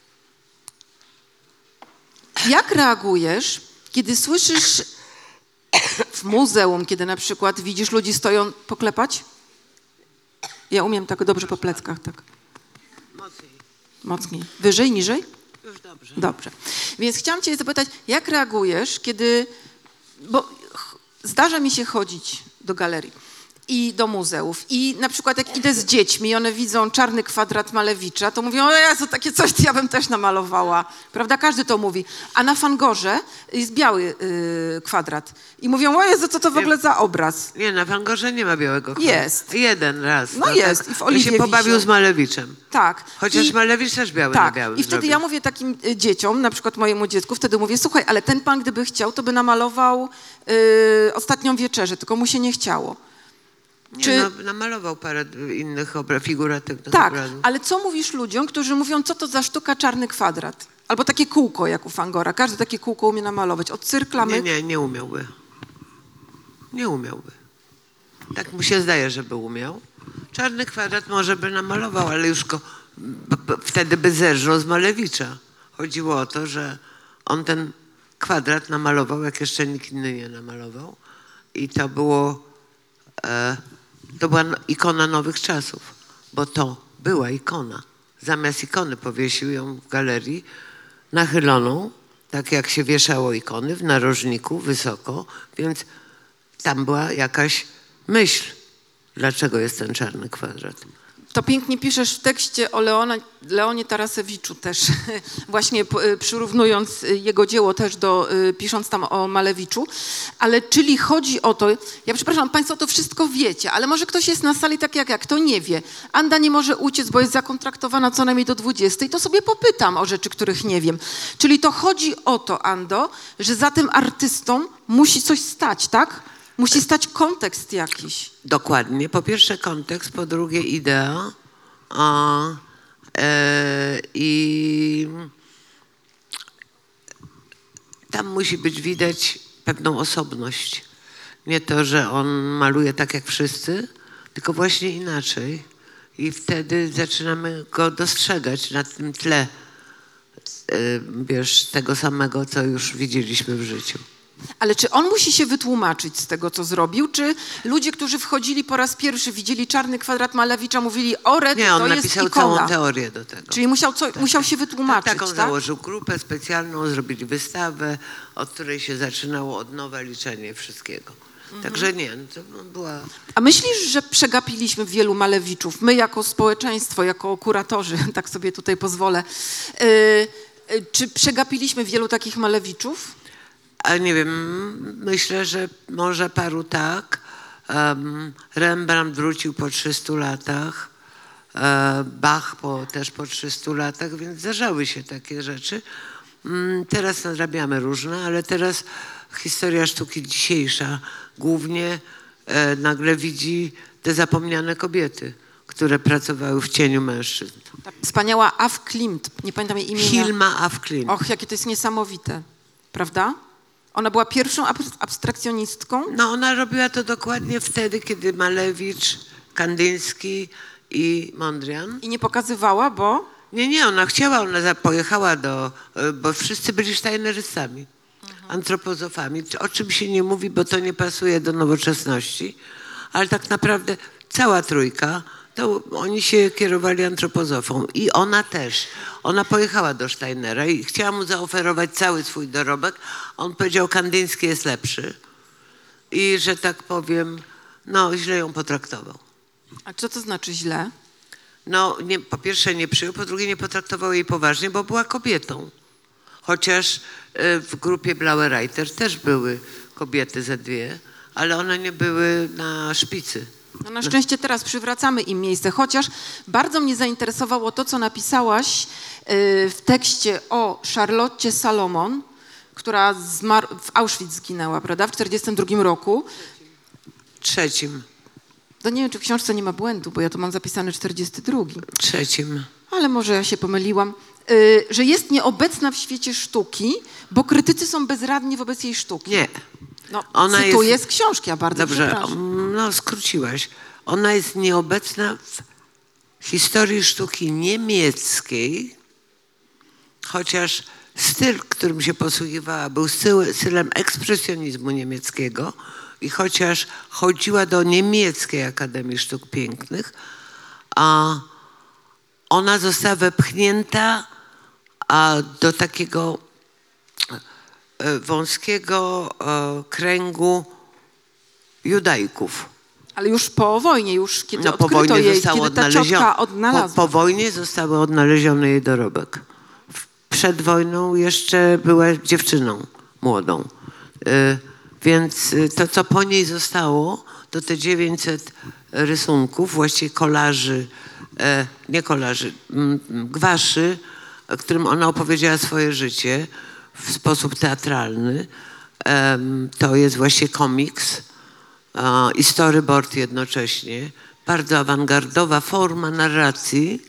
jak reagujesz, kiedy słyszysz w muzeum, kiedy na przykład widzisz ludzi stoją, poklepać? Ja umiem tak dobrze po pleckach, tak. Mocniej. Mocniej. Wyżej, niżej? Już dobrze. Dobrze. Więc chciałam cię zapytać, jak reagujesz, kiedy... Bo zdarza mi się chodzić do galerii i do muzeów i na przykład jak idę z dziećmi i one widzą czarny kwadrat Malewicza, to mówią, o Jezu, takie coś to ja bym też namalowała. Prawda? Każdy to mówi. A na Van Goghze jest biały kwadrat. I mówią, o Jezu, co to w ogóle za obraz? Nie, na Van Goghze nie ma białego kwadratu. Jest. Jeden raz. No jest. Tak. I w Oliwie się pobawił wisiał. z Malewiczem. Tak. Chociaż I- Malewicz też biały Tak, na białym i wtedy zrobił. ja mówię takim dzieciom, na przykład mojemu dziecku, wtedy mówię, słuchaj, ale ten pan gdyby chciał, to by namalował Ostatnią Wieczerzę, tylko mu się nie chciało. Nie, czy- no, namalował parę innych figuratywnych Tak, obrazów. ale co mówisz ludziom, którzy mówią, co to za sztuka czarny kwadrat? Albo takie kółko, jak u Van Gogha. Każdy takie kółko umie namalować. Od cyrklamy. Nie umiałby. Nie umiałby. Tak mu się zdaje, żeby umiał. Czarny kwadrat może by namalował, ale już go wtedy by zerżnął z Malewicza. Chodziło o to, że on ten kwadrat namalował, jak jeszcze nikt inny nie namalował. I to była ikona nowych czasów, bo to była ikona. Zamiast ikony powiesił ją w galerii nachyloną, tak jak się wieszało ikony w narożniku wysoko, więc tam była jakaś myśl, dlaczego jest ten czarny kwadrat. To pięknie piszesz w tekście o Leonie Tarasewiczu też, właśnie przyrównując jego dzieło też pisząc tam o Malewiczu. Ale czyli chodzi o to, ja przepraszam, państwo to wszystko wiecie, ale może ktoś jest na sali tak jak ja, kto nie wie. Anda nie może uciec, bo jest zakontraktowana co najmniej do 20, to sobie popytam o rzeczy, których nie wiem. Czyli to chodzi o to, Ando, że za tym artystą musi coś stać, tak? Musi stać kontekst jakiś. Dokładnie. Po pierwsze kontekst, po drugie idea i tam musi być widać pewną osobność. Nie to, że on maluje tak jak wszyscy, tylko właśnie inaczej. I wtedy zaczynamy go dostrzegać na tym tle, wiesz, tego samego, co już widzieliśmy w życiu. Ale czy on musi się wytłumaczyć z tego, co zrobił? Czy ludzie, którzy wchodzili po raz pierwszy, widzieli czarny kwadrat Malewicza, mówili, o rety, Nie, on to jest napisał ikona. całą teorię do tego. Czyli musiał się wytłumaczyć, Tak, tak? on założył grupę specjalną, zrobili wystawę, od której się zaczynało od nowa liczenie wszystkiego. Także nie, to była... A myślisz, że przegapiliśmy wielu Malewiczów? My jako społeczeństwo, jako kuratorzy, tak sobie tutaj pozwolę. Czy przegapiliśmy wielu takich Malewiczów? Ale nie wiem, myślę, że może paru tak. Rembrandt wrócił po 300 latach, Bach też po 300 latach, więc zdarzały się takie rzeczy. Teraz nadrabiamy różne, ale teraz historia sztuki dzisiejsza głównie nagle widzi te zapomniane kobiety, które pracowały w cieniu mężczyzn. Ta wspaniała Af Klimt, nie pamiętam jej imienia. Hilma af Klint. Och, jakie to jest niesamowite, prawda? Ona była pierwszą abstrakcjonistką. No ona robiła to dokładnie wtedy, kiedy Malewicz, Kandyński i Mondrian. I nie pokazywała, bo... Nie, ona chciała, pojechała bo wszyscy byli sztajnerystami, antropozofami, o czym się nie mówi, bo to nie pasuje do nowoczesności, ale tak naprawdę cała trójka, to oni się kierowali antropozofą i ona też. Ona pojechała do Steinera i chciała mu zaoferować cały swój dorobek. On powiedział, Kandyński jest lepszy i, że tak powiem, no źle ją potraktował. A co to znaczy źle? No, po pierwsze nie przyjął, po drugie nie potraktował jej poważnie, bo była kobietą. Chociaż w grupie Blauer-Reiter też były kobiety ze dwie, ale one nie były na szpicy. No na szczęście teraz przywracamy im miejsce, chociaż bardzo mnie zainteresowało to, co napisałaś w tekście o Charlotte Salomon, która w Auschwitz zginęła, prawda, w 1942 roku. Trzecim. To nie wiem, czy w książce nie ma błędu, bo ja tu mam zapisane 42. Trzecim. Ale może ja się pomyliłam. Że jest nieobecna w świecie sztuki, bo krytycy są bezradni wobec jej sztuki. Nie. No, Ona cytuję jest... z książki, ja bardzo Dobrze, przepraszam. no skróciłaś. ona jest nieobecna w historii sztuki niemieckiej, chociaż styl, którym się posługiwała, był stylem ekspresjonizmu niemieckiego i chociaż chodziła do niemieckiej Akademii Sztuk Pięknych, a ona została wepchnięta do takiego wąskiego kręgu judaików. Ale już po wojnie, już kiedy No, po odkryto wojnie jej, zostało kiedy ta ciotka odnalazła. po wojnie zostały odnaleziony jej dorobek. Przed wojną jeszcze była dziewczyną młodą. Więc to, co po niej zostało, to te 900 rysunków, właściwie kolaży, nie kolaży, gwaszy, którym ona opowiedziała swoje życie w sposób teatralny. To jest właśnie komiks i storyboard jednocześnie. Bardzo awangardowa forma narracji.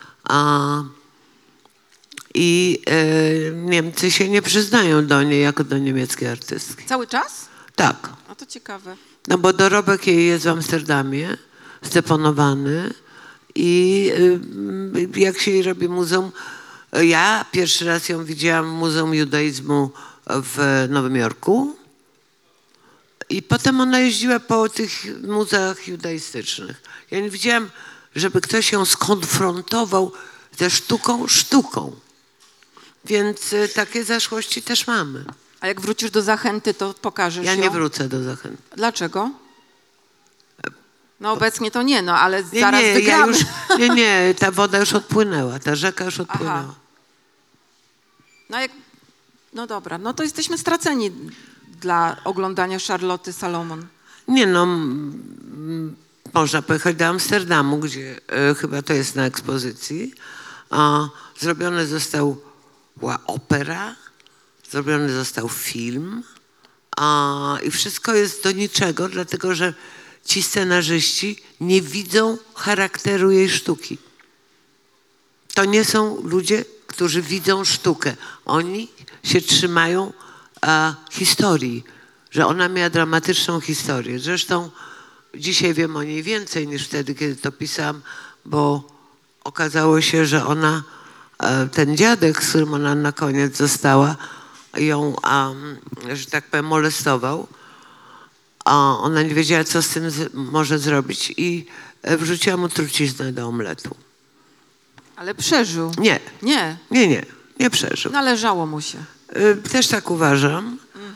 I Niemcy się nie przyznają do niej jako do niemieckiej artystki. Cały czas? Tak. A to ciekawe. No bo dorobek jej jest w Amsterdamie, zdeponowany i jak się jej robi muzeum. Ja pierwszy raz ją widziałam w Muzeum Judaizmu w Nowym Jorku i potem ona jeździła po tych muzeach judaistycznych. Ja nie widziałam, żeby ktoś ją skonfrontował ze sztuką. Więc takie zaszłości też mamy. A jak wrócisz do Zachęty, to pokażesz Ja ją? nie wrócę do Zachęty. Dlaczego? No obecnie to nie, no ale zaraz wygramy. Nie, ta woda już odpłynęła, ta rzeka już odpłynęła. Aha. No dobra, no to jesteśmy straceni dla oglądania Charlotte Salomon. Nie no, można pojechać do Amsterdamu, gdzie chyba to jest na ekspozycji. Zrobiona została opera, zrobiony został film i wszystko jest do niczego, dlatego że ci scenarzyści nie widzą charakteru jej sztuki. To nie są ludzie, którzy widzą sztukę. Oni się trzymają historii, że ona miała dramatyczną historię. Zresztą dzisiaj wiem o niej więcej niż wtedy, kiedy to pisałam, bo okazało się, że ona, ten dziadek, z którym ona na koniec została, ją, że tak powiem, molestował. Ona nie wiedziała, co z tym może zrobić i wrzuciła mu truciznę do omletu. Ale przeżył. Nie. Nie. Nie przeżył. Należało mu się. Też tak uważam.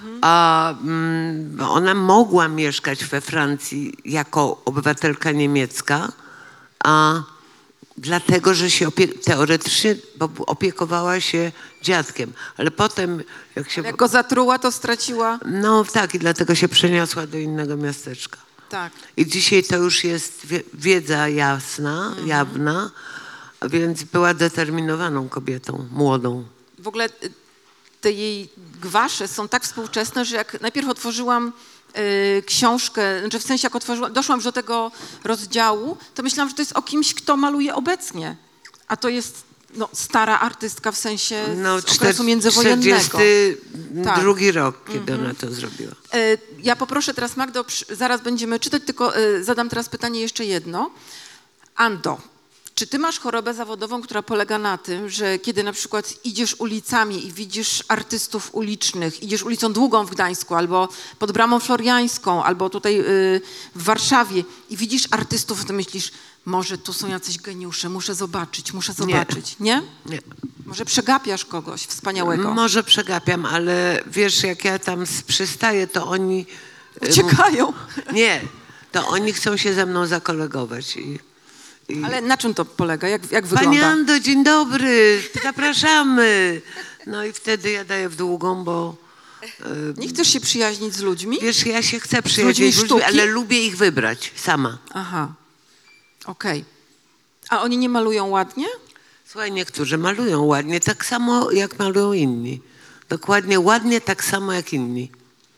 Ona mogła mieszkać we Francji jako obywatelka niemiecka, dlatego, że się teoretycznie opiekowała się dziadkiem. Ale potem, Jak go zatruła, to straciła... No tak, i dlatego się przeniosła do innego miasteczka. Tak. I dzisiaj to już jest wiedza jasna, jawna, więc była determinowaną kobietą, młodą. W ogóle te jej gwasze są tak współczesne, że jak najpierw otworzyłam książkę, znaczy w sensie jak doszłam już do tego rozdziału, to myślałam, że to jest o kimś, kto maluje obecnie. A to jest stara artystka w sensie z okresu międzywojennego. 42 rok, kiedy ona to zrobiła. Ja poproszę teraz Magdo, zaraz będziemy czytać, tylko zadam teraz pytanie jeszcze jedno. Ando, czy ty masz chorobę zawodową, która polega na tym, że kiedy na przykład idziesz ulicami i widzisz artystów ulicznych, idziesz ulicą Długą w Gdańsku, albo pod Bramą Floriańską, albo tutaj w Warszawie i widzisz artystów, to myślisz, może tu są jacyś geniusze, muszę zobaczyć. Nie? Nie. Może przegapiasz kogoś wspaniałego? Może przegapiam, ale wiesz, jak ja tam przystaję, to oni... Uciekają. Nie, to oni chcą się ze mną zakolegować. Ale na czym to polega? Jak wygląda? Pani Ando, dzień dobry, zapraszamy. No i wtedy ja daję w Długą, bo... Nie chcesz się przyjaźnić z ludźmi? Wiesz, ja się chcę przyjaźnić z ludźmi, ale lubię ich wybrać sama. Aha, okej. A oni nie malują ładnie? Słuchaj, niektórzy malują ładnie, tak samo jak malują inni. Dokładnie ładnie, tak samo jak inni.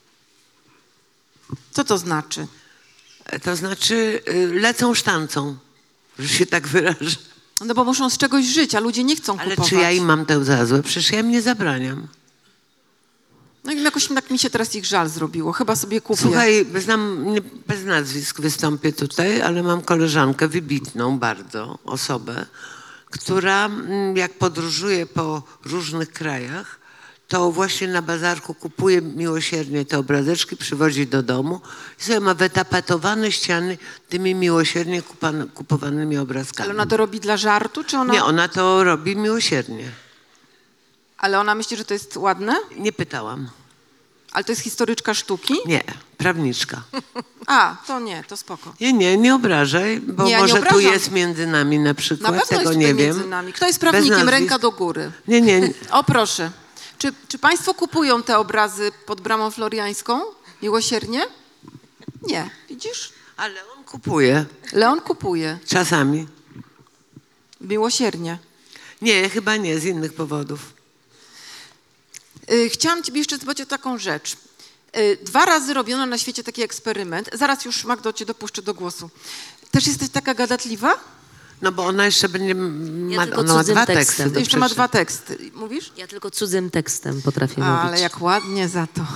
Co to znaczy? To znaczy lecą sztancą, że się tak wyrażę. No bo muszą z czegoś żyć, a ludzie nie chcą Ale kupować. czy ja im mam to za złe? Przecież ja im nie zabraniam. No i jakoś tak mi się teraz ich żal zrobiło. Chyba sobie kupię. Słuchaj, bez nazwisk wystąpię tutaj, ale mam koleżankę wybitną bardzo, osobę, która jak podróżuje po różnych krajach, to właśnie na bazarku kupuje miłosiernie te obrazeczki, przywozi do domu i sobie ma wytapetowane ściany tymi miłosiernie kupowanymi obrazkami. Ale ona to robi dla żartu, czy ona... Nie, ona to robi miłosiernie. Ale ona myśli, że to jest ładne? Nie pytałam. Ale to jest historyczka sztuki? Nie, prawniczka. A, to nie, to spoko. Nie obrażaj, bo Nie, ja nie może tu obrażam. jest między nami na przykład, Na pewno tego jest nie tutaj wiem. między nami. Kto jest Bez prawnikiem? nazwisk. Ręka do góry. Nie. O, proszę. Czy państwo kupują te obrazy pod bramą floriańską? Miłosiernie? Nie. Widzisz? Ale on kupuje Leon kupuje. czasami. Miłosiernie. Nie, chyba nie, z innych powodów. Chciałam ciebie jeszcze zapytać o taką rzecz. 2 razy robiono na świecie taki eksperyment. Zaraz już, Magdo, cię dopuszczę do głosu. Też jesteś taka gadatliwa? No bo ona jeszcze będzie, tylko ona ma cudzym 2 tekstem. teksty do Jeszcze ma przeczytania. 2 teksty. Mówisz? Ja tylko cudzym tekstem potrafię Ale mówić. jak ładnie za to.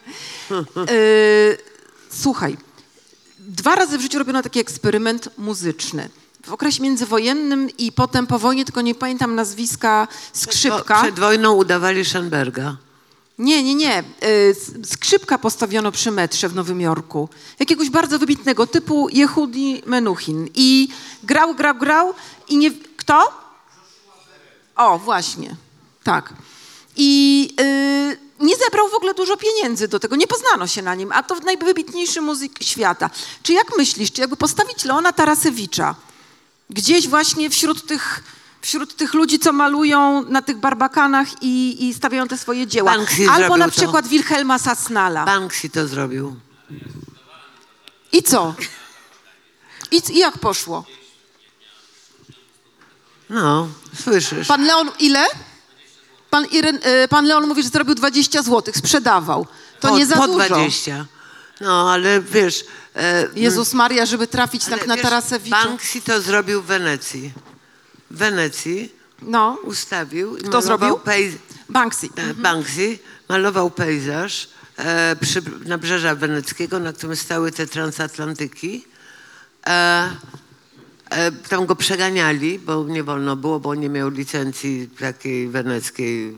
Słuchaj, 2 razy w życiu robiono taki eksperyment muzyczny. W okresie międzywojennym i potem po wojnie, tylko nie pamiętam nazwiska, skrzypka. Przed wojną udawali Schönberga. Nie. Skrzypka postawiono przy metrze w Nowym Jorku. Jakiegoś bardzo wybitnego typu Jehudi Menuhin. I grał i nie... Kto? O, właśnie. Tak. I nie zebrał w ogóle dużo pieniędzy do tego. Nie poznano się na nim. A to najwybitniejszy muzyk świata. Czy jak myślisz, czy jakby postawić Leona Tarasewicza gdzieś właśnie wśród tych ludzi, co malują na tych barbakanach i stawiają te swoje dzieła. Banksy Albo zrobił na to. przykład Wilhelma Sasnala. Banksy to zrobił. I co? I jak poszło? No, słyszysz. Pan Leon ile? Pan Leon mówi, że zrobił 20 zł, sprzedawał. To nie za po dużo. 20. No, ale wiesz... Jezus Maria, żeby trafić ale tak na wiesz, Tarasewicza. Banksy to zrobił w Wenecji. W Wenecji No, ustawił i Kto zrobił? Banksy. Banksy malował pejzaż przy nabrzeża weneckiego, na którym stały te transatlantyki. Tam go przeganiali, bo nie wolno było, bo nie miał licencji takiej weneckiej.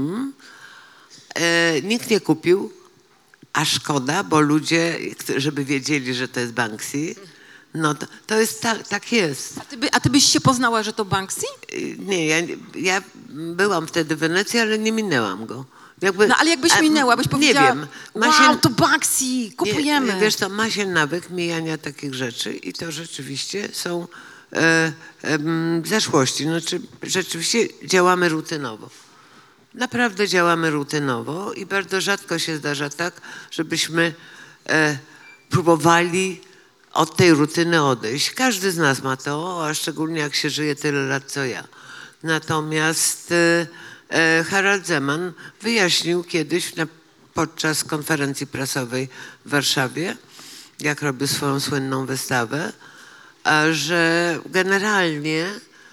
Nikt nie kupił, a szkoda, bo ludzie, żeby wiedzieli, że to jest Banksy, no to jest tak jest. A ty byś się poznała, że to Banksy? Nie, ja byłam wtedy w Wenecji, ale nie minęłam go. No ale jakbyś minęła, byś powiedziała, nie wiem. wow, to Banksy, kupujemy. Nie, wiesz co, ma się nawyk mijania takich rzeczy i to rzeczywiście są zaszłości. Znaczy, rzeczywiście działamy rutynowo. Naprawdę działamy rutynowo i bardzo rzadko się zdarza tak, żebyśmy próbowali od tej rutyny odejść. Każdy z nas ma to, a szczególnie jak się żyje tyle lat co ja. Natomiast Harald Zeman wyjaśnił kiedyś podczas konferencji prasowej w Warszawie, jak robił swoją słynną wystawę, że generalnie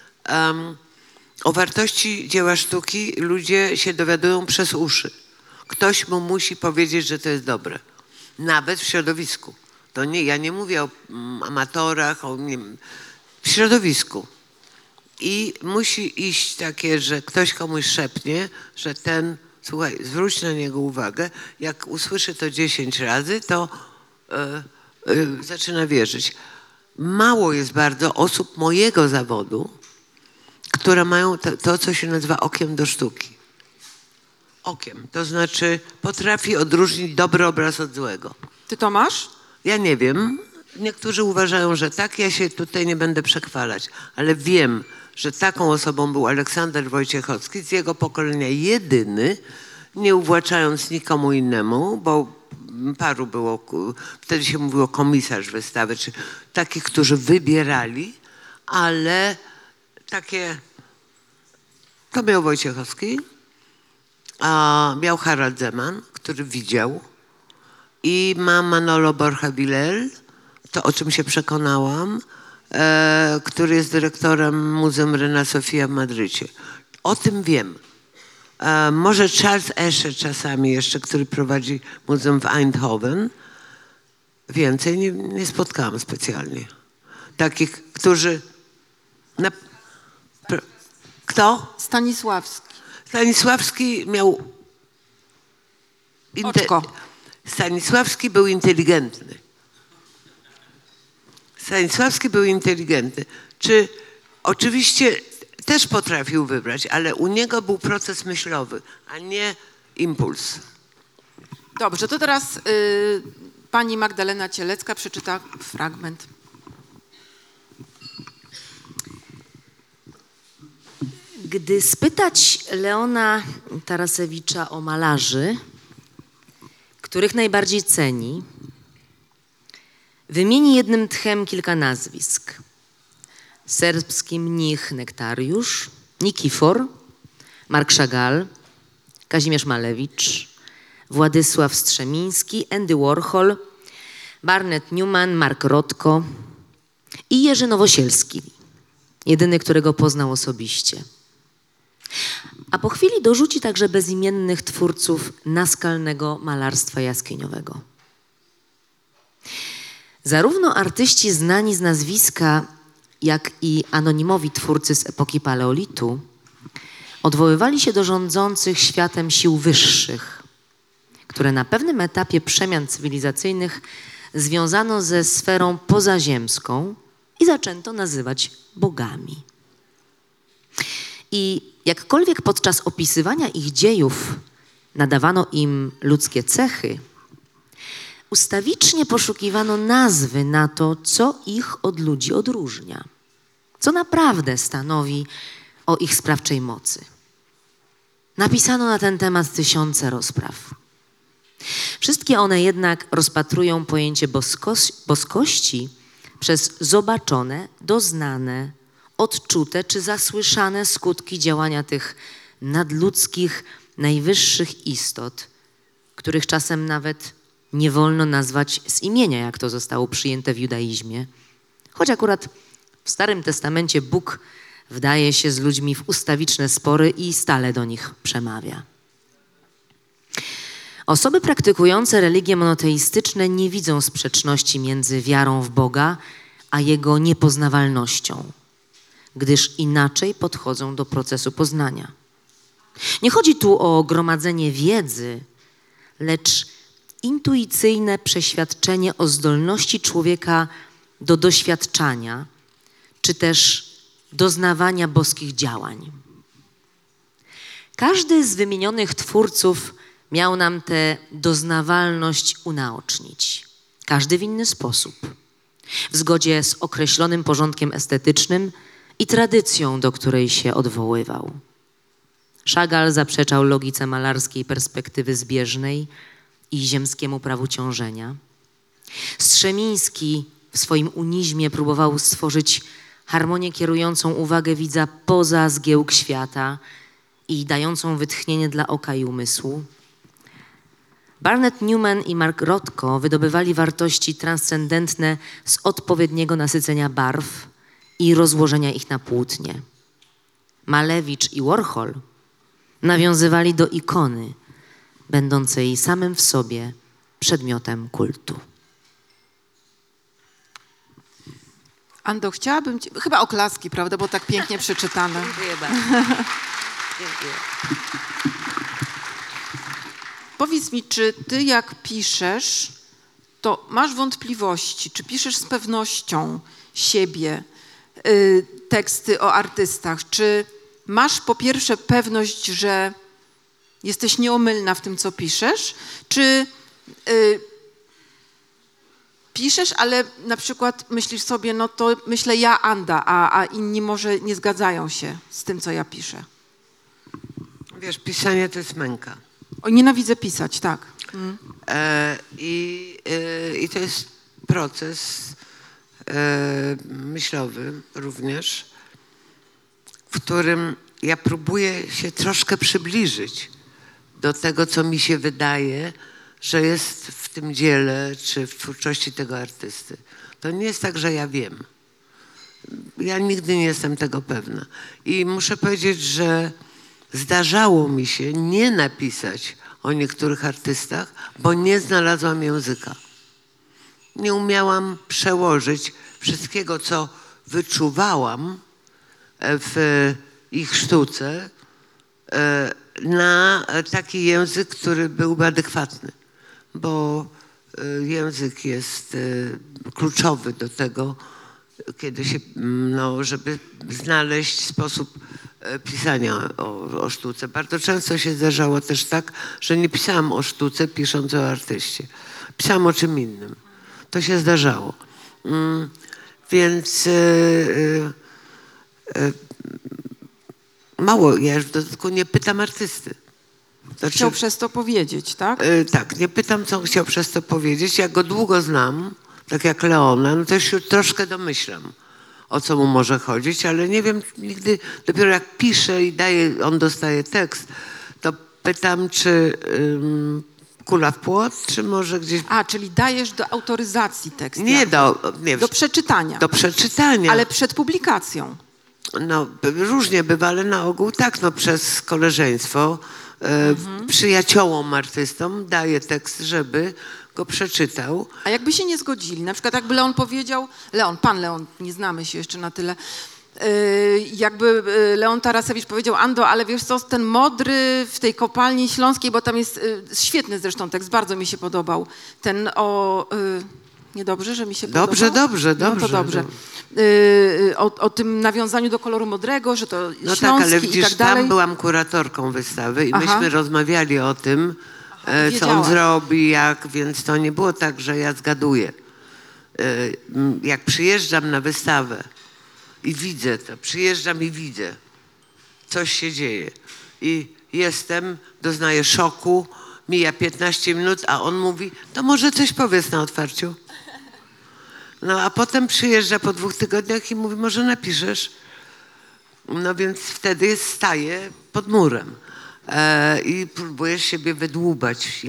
o wartości dzieła sztuki ludzie się dowiadują przez uszy. Ktoś mu musi powiedzieć, że to jest dobre. Nawet w środowisku. To nie, ja nie mówię o amatorach, w środowisku. I musi iść takie, że ktoś komuś szepnie, że słuchaj, zwróć na niego uwagę. Jak usłyszy to 10 razy, to zaczyna wierzyć. Mało jest bardzo osób mojego zawodu, które mają to, co się nazywa okiem do sztuki. Okiem. To znaczy potrafi odróżnić dobry obraz od złego. Ty to masz? Ja nie wiem. Niektórzy uważają, że tak. Ja się tutaj nie będę przechwalać. Ale wiem, że taką osobą był Aleksander Wojciechowski, z jego pokolenia jedyny, nie uwłaczając nikomu innemu, bo paru było, wtedy się mówiło komisarz wystawy, czy takich, którzy wybierali, ale takie, to miał Wojciechowski, a miał Harald Zeman, który widział, i ma Manolo Borja-Vilel, to o czym się przekonałam, który jest dyrektorem Muzeum Reina Sofia w Madrycie. O tym wiem. Może Charles Escher czasami jeszcze, który prowadzi muzeum w Eindhoven. Więcej nie spotkałam specjalnie. Takich, którzy... Kto? Stanisławski. Stanisławski miał... Oczko. Stanisławski był inteligentny. Stanisławski był inteligentny. Oczywiście też potrafił wybrać, ale u niego był proces myślowy, a nie impuls. Dobrze, to teraz pani Magdalena Cielecka przeczyta fragment. Gdy spytać Leona Tarasewicza o malarzy, których najbardziej ceni, wymieni jednym tchem kilka nazwisk. Serbski mnich Nektariusz, Nikifor, Mark Chagall, Kazimierz Malewicz, Władysław Strzemiński, Andy Warhol, Barnett Newman, Mark Rothko i Jerzy Nowosielski, jedyny, którego poznał osobiście. A po chwili dorzuci także bezimiennych twórców naskalnego malarstwa jaskiniowego. Zarówno artyści znani z nazwiska, jak i anonimowi twórcy z epoki paleolitu odwoływali się do rządzących światem sił wyższych, które na pewnym etapie przemian cywilizacyjnych związano ze sferą pozaziemską i zaczęto nazywać bogami. I jakkolwiek podczas opisywania ich dziejów nadawano im ludzkie cechy, ustawicznie poszukiwano nazwy na to, co ich od ludzi odróżnia, co naprawdę stanowi o ich sprawczej mocy. Napisano na ten temat tysiące rozpraw. Wszystkie one jednak rozpatrują pojęcie boskości przez zobaczone, doznane, odczute czy zasłyszane skutki działania tych nadludzkich, najwyższych istot, których czasem nawet nie wolno nazwać z imienia, jak to zostało przyjęte w judaizmie, choć akurat w Starym Testamencie Bóg wdaje się z ludźmi w ustawiczne spory i stale do nich przemawia. Osoby praktykujące religie monoteistyczne nie widzą sprzeczności między wiarą w Boga a Jego niepoznawalnością, gdyż inaczej podchodzą do procesu poznania. Nie chodzi tu o gromadzenie wiedzy, lecz intuicyjne przeświadczenie o zdolności człowieka do doświadczania, czy też doznawania boskich działań. Każdy z wymienionych twórców miał nam tę doznawalność unaocznić. Każdy w inny sposób. W zgodzie z określonym porządkiem estetycznym i tradycją, do której się odwoływał. Chagall zaprzeczał logice malarskiej perspektywy zbieżnej i ziemskiemu prawu ciążenia. Strzemiński w swoim unizmie próbował stworzyć harmonię kierującą uwagę widza poza zgiełk świata i dającą wytchnienie dla oka i umysłu. Barnett Newman i Mark Rothko wydobywali wartości transcendentne z odpowiedniego nasycenia barw i rozłożenia ich na płótnie. Malewicz i Warhol nawiązywali do ikony, będącej samym w sobie przedmiotem kultu. Ando, chciałabym cię... Chyba oklaski, prawda, bo tak pięknie przeczytane. Dziękuję bardzo. Dziękuję. Powiedz mi, czy ty jak piszesz, to masz wątpliwości, czy piszesz z pewnością siebie teksty o artystach? Czy masz po pierwsze pewność, że jesteś nieomylna w tym, co piszesz? Czy piszesz, ale na przykład myślisz sobie, no to myślę ja, Anda, a inni może nie zgadzają się z tym, co ja piszę? Wiesz, pisanie to jest męka. O, nienawidzę pisać, tak. I to jest proces myślowy również, w którym ja próbuję się troszkę przybliżyć do tego, co mi się wydaje, że jest w tym dziele, czy w twórczości tego artysty. To nie jest tak, że ja wiem. Ja nigdy nie jestem tego pewna. I muszę powiedzieć, że zdarzało mi się nie napisać o niektórych artystach, bo nie znalazłam języka. Nie umiałam przełożyć wszystkiego, co wyczuwałam w ich sztuce na taki język, który byłby adekwatny, bo język jest kluczowy do tego, kiedy się, no, żeby znaleźć sposób pisania o sztuce. Bardzo często się zdarzało też tak, że nie pisałam o sztuce, pisząc o artyście. Pisałam o czym innym. To się zdarzało. Więc mało, ja już w dodatku nie pytam artysty. Znaczy, Chciał przez to powiedzieć, tak? tak, nie pytam, co on chciał przez to powiedzieć. Jak go długo znam, tak jak Leona, no to się troszkę domyślam, o co mu może chodzić, ale nie wiem nigdy, dopiero jak piszę i on dostaje tekst, to pytam, czy kula w płot, czy może gdzieś... Czyli dajesz do autoryzacji tekst. Nie, do przeczytania. Do przeczytania. Ale przed publikacją. No, różnie bywa, ale na ogół tak, no, przez koleżeństwo, przyjaciołom artystom daję tekst, żeby go przeczytał. A jakby się nie zgodzili, na przykład jakby Leon powiedział, pan Leon, nie znamy się jeszcze na tyle, jakby Leon Tarasewicz powiedział, Ando, ale wiesz co, ten Modry w tej kopalni śląskiej, bo tam jest świetny zresztą tekst, bardzo mi się podobał, ten o... Niedobrze, że mi się podobał? Dobrze. No to dobrze. O tym nawiązaniu do koloru modrego, że to No śląski tak, ale widzisz, i tak dalej. tam byłam kuratorką wystawy i Aha. myśmy rozmawiali o tym, co on wiedziałaś. zrobi, jak, więc to nie było tak, że ja zgaduję. Jak przyjeżdżam na wystawę i widzę to, przyjeżdżam i widzę, coś się dzieje i doznaję szoku, mija 15 minut, a on mówi, to może coś powiedz na otwarciu. No a potem przyjeżdża po 2 tygodniach i mówi, może napiszesz? No więc wtedy staję pod murem i próbuję siebie wydłubać,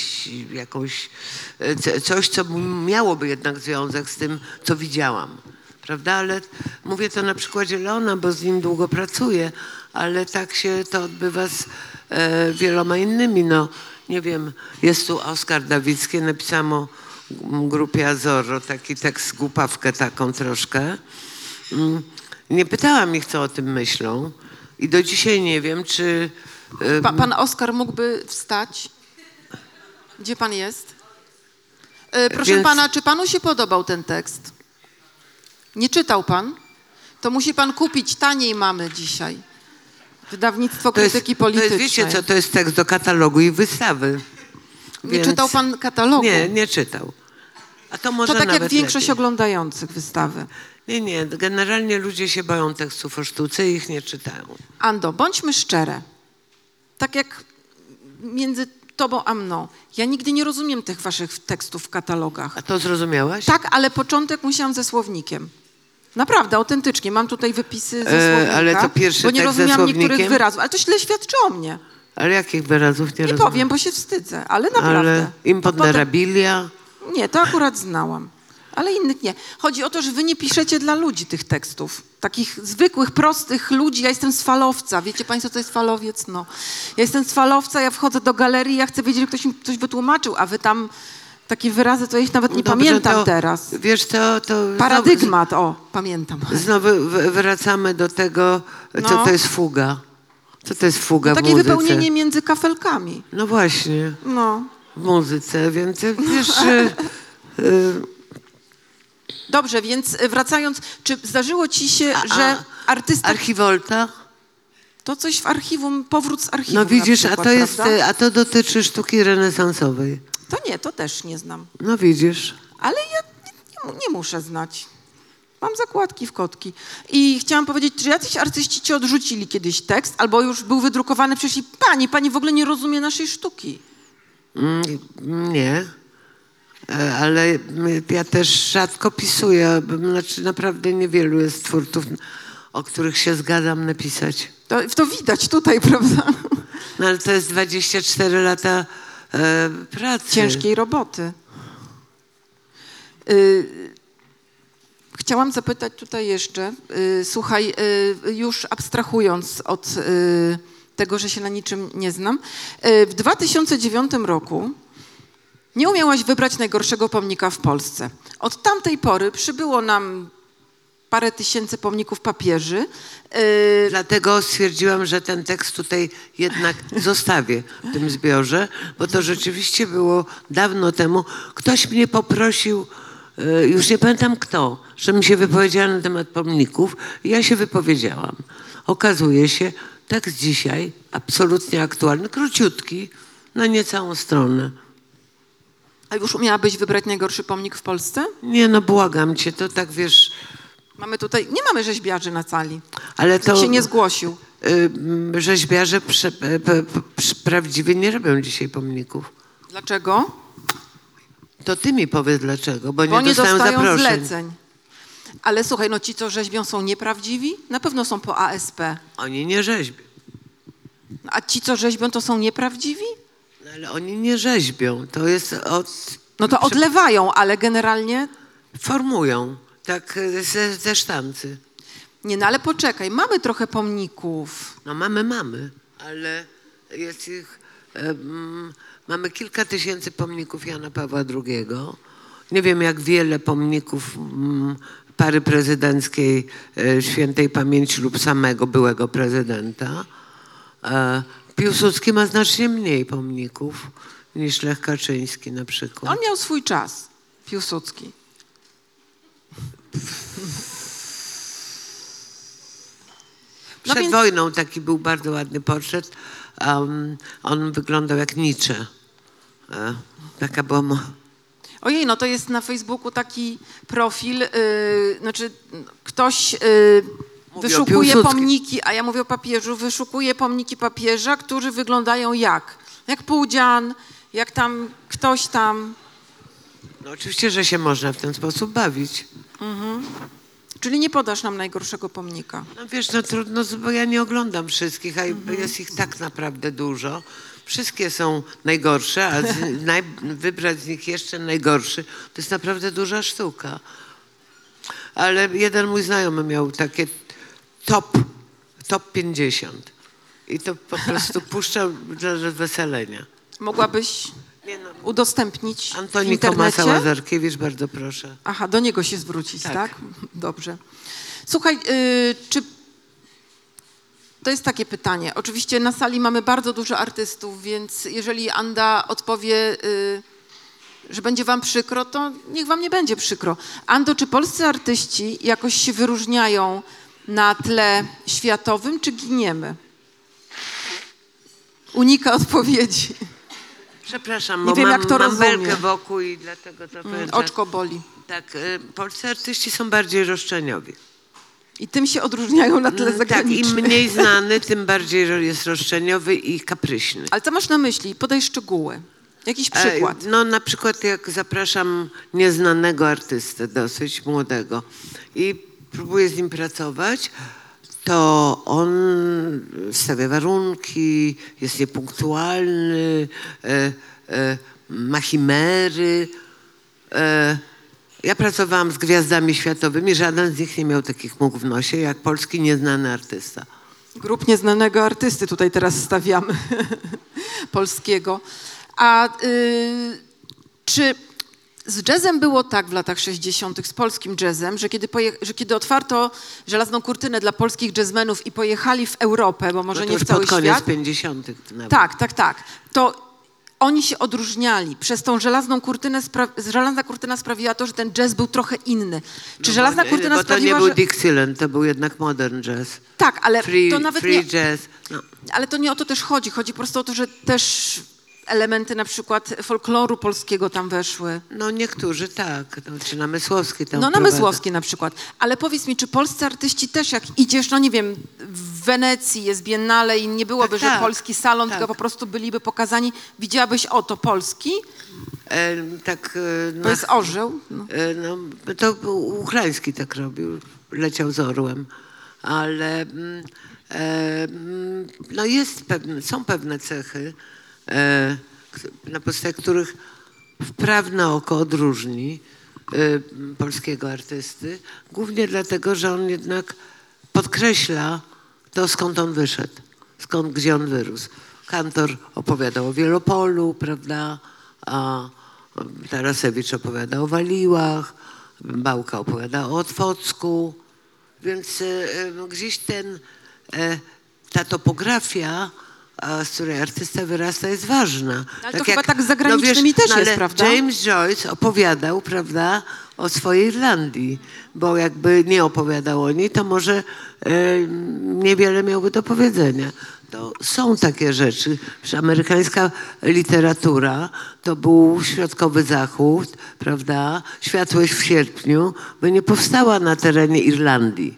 coś, co miałoby jednak związek z tym, co widziałam. Prawda? Ale mówię to na przykładzie Leona, bo z nim długo pracuję, ale tak się to odbywa z wieloma innymi. No, nie wiem, jest tu Oskar Dawicki, napisałam o grupie Azorro, taki tekst, głupawkę taką troszkę. Nie pytałam ich, co o tym myślą i do dzisiaj nie wiem, czy... Pan Oskar mógłby wstać? Gdzie pan jest? Proszę pana, czy panu się podobał ten tekst? Nie czytał to musi pan kupić, taniej mamy dzisiaj. Wydawnictwo Krytyki Politycznej. Wiecie co, to jest tekst do katalogu i wystawy. Nie czytał pan katalogu? Nie czytał. A to może To tak nawet jak większość lepiej. oglądających wystawy. Nie, generalnie ludzie się boją tekstów o sztuce i ich nie czytają. Ando, bądźmy szczere. Tak jak między tobą a mną. Ja nigdy nie rozumiem tych waszych tekstów w katalogach. A to zrozumiałaś? Tak, ale początek musiałam ze słownikiem. Naprawdę, autentycznie. Mam tutaj wypisy ze słownika, ale to pierwszy bo nie tekst ze rozumiałam niektórych słownikiem? wyrazów. Ale to źle świadczy o mnie. Ale jakich wyrazów nie Nie rozumiem? powiem, bo się wstydzę, ale naprawdę. Ale imponderabilia... Nie, to akurat znałam, ale innych nie. Chodzi o to, że wy nie piszecie dla ludzi tych tekstów. Takich zwykłych, prostych ludzi. Ja jestem z Falowca. Wiecie państwo, co jest Falowiec? No. Ja jestem z Falowca, ja wchodzę do galerii, ja chcę wiedzieć, że ktoś mi coś wytłumaczył, a wy tam takie wyrazy, to ja ich nawet nie pamiętam teraz. Wiesz co, to... Paradygmat, pamiętam. Znowu wracamy do tego, co to jest fuga. Co to jest fuga w Takie muzyce? wypełnienie między kafelkami. No właśnie. No. W muzyce, więc wiesz... Dobrze, więc wracając, czy zdarzyło ci się, że artysta... Archivolta? To coś w archiwum, powrót z archiwum. No widzisz, na przykład, a to dotyczy sztuki renesansowej. To nie, to też nie znam. No widzisz. Ale ja nie muszę znać. Mam zakładki w kotki. I chciałam powiedzieć, czy jacyś artyści ci odrzucili kiedyś tekst, albo już był wydrukowany, przyszli, pani w ogóle nie rozumie naszej sztuki. Nie. Ale ja też rzadko pisuję. Znaczy naprawdę niewielu jest twórców, o których się zgadzam napisać. To widać tutaj, prawda? No ale to jest 24 lata pracy. Ciężkiej roboty. Chciałam zapytać tutaj jeszcze, słuchaj, już abstrahując od tego, że się na niczym nie znam. W 2009 roku nie umiałaś wybrać najgorszego pomnika w Polsce. Od tamtej pory przybyło nam parę tysięcy pomników papieży. Dlatego stwierdziłam, że ten tekst tutaj jednak zostawię w tym zbiorze, bo to rzeczywiście było dawno temu. Ktoś mnie poprosił, już nie pamiętam kto, żebym się wypowiedziała na temat pomników i ja się wypowiedziałam. Okazuje się, tekst dzisiaj, absolutnie aktualny, króciutki, na niecałą stronę. A już umiałabyś wybrać najgorszy pomnik w Polsce? Nie no, błagam cię, to tak wiesz... Mamy tutaj, nie mamy rzeźbiarzy na sali. Ale Nikt to się nie zgłosił. Rzeźbiarze prawdziwie nie robią dzisiaj pomników. Dlaczego? To ty mi powiedz dlaczego, bo Bo nie nie dostają dostają zaproszeń. zleceń. Ale słuchaj, no ci, co rzeźbią, są nieprawdziwi? Na pewno są po ASP. Oni nie rzeźbią. A ci, co rzeźbią, to są nieprawdziwi? No, ale oni nie rzeźbią. To jest No to odlewają, ale generalnie... formują, tak ze sztancy. Nie, no ale poczekaj, mamy trochę pomników. No mamy, ale jest ich... mamy kilka tysięcy pomników Jana Pawła II. Nie wiem, jak wiele pomników pary prezydenckiej świętej pamięci lub samego byłego prezydenta. Piłsudski ma znacznie mniej pomników niż Lech Kaczyński na przykład. On miał swój czas, Piłsudski. Przed więc- wojną taki był bardzo ładny portret. On wyglądał jak Nietzsche. Taka była... Ojej, no to jest na Facebooku taki profil, znaczy ktoś Mówi o wyszukuje Piłsudskim. pomniki, a ja mówię o papieżu, wyszukuje pomniki papieża, którzy wyglądają jak? Jak Pułdzian, jak tam ktoś tam. No oczywiście, że się można w ten sposób bawić. Czyli nie podasz nam najgorszego pomnika. No wiesz, no trudno, bo ja nie oglądam wszystkich, a jest ich tak naprawdę dużo. Wszystkie są najgorsze, a wybrać z nich jeszcze najgorszy, to jest naprawdę duża sztuka. Ale jeden mój znajomy miał takie top 50 i to po prostu puszczał dla rozweselenia. Mogłabyś Nie no, udostępnić w Antoni internecie? Komasa-Łazarkiewicz, bardzo proszę. Aha, do niego się zwrócić, tak? Tak. Dobrze. Słuchaj, czy to jest takie pytanie. Oczywiście na sali mamy bardzo dużo artystów, więc jeżeli Anda odpowie, że będzie wam przykro, to niech wam nie będzie przykro. Ando, czy polscy artyści jakoś się wyróżniają na tle światowym, czy giniemy? Unika odpowiedzi. Przepraszam, Nie bo wiem, jak to mam rozumie. belkę wokół i dlatego to powiem, że- Oczko boli. Tak, polscy artyści są bardziej roszczeniowi. I tym się odróżniają na tle Tak, im zagranicznym. mniej znany, tym bardziej jest roszczeniowy i kapryśny. Ale co masz na myśli? Podaj szczegóły. Jakiś przykład. No na przykład jak zapraszam nieznanego artystę, dosyć młodego i próbuję z nim pracować, to on stawia warunki, jest niepunktualny, ma chimery. Ja pracowałam z gwiazdami światowymi, żaden z nich nie miał takich much w nosie jak polski nieznany artysta. Grup nieznanego artysty tutaj teraz stawiamy polskiego. A czy z jazzem było tak w latach 60., z polskim jazzem, że kiedy otwarto żelazną kurtynę dla polskich jazzmenów i pojechali w Europę, bo może No to nie w już cały pod koniec świat, 50. nawet. tak, to oni się odróżniali. Przez tą żelazną kurtynę, żelazna kurtyna sprawiła to, że ten jazz był trochę inny. Czy żelazna kurtyna Bo to sprawiła, nie był że... Dixieland, to był jednak modern jazz. Tak, ale to nawet free nie... jazz. No. Ale to nie o to też chodzi. Chodzi po prostu o to, że też elementy na przykład folkloru polskiego tam weszły. No niektórzy tak, no, czy Namysłowski tam No wprowadza. Namysłowski na przykład. Ale powiedz mi, czy polscy artyści też jak idziesz, no nie wiem, w Wenecji jest biennale i nie byłoby, Tak, że tak, polski salon, tak. tylko po prostu byliby pokazani, widziałabyś, o to polski, to jest orzeł. No. No, to był Uchlański tak robił, leciał z orłem, ale no są pewne cechy, na podstawie których wprawne oko odróżni polskiego artysty, głównie dlatego, że on jednak podkreśla to, skąd on wyszedł. gdzie on wyrósł. Kantor opowiadał o Wielopolu, prawda? A Tarasewicz opowiada o Waliłach, Bałka opowiada o Otwocku. Więc gdzieś ta topografia, z której artysta wyrasta, jest ważna. Ale to chyba tak z zagranicznymi też jest, ale prawda? James Joyce opowiadał, prawda, o swojej Irlandii, bo jakby nie opowiadał o niej, to może niewiele miałby do powiedzenia. To są takie rzeczy, że amerykańska literatura to był Środkowy Zachód, prawda, Światłość w sierpniu, by nie powstała na terenie Irlandii.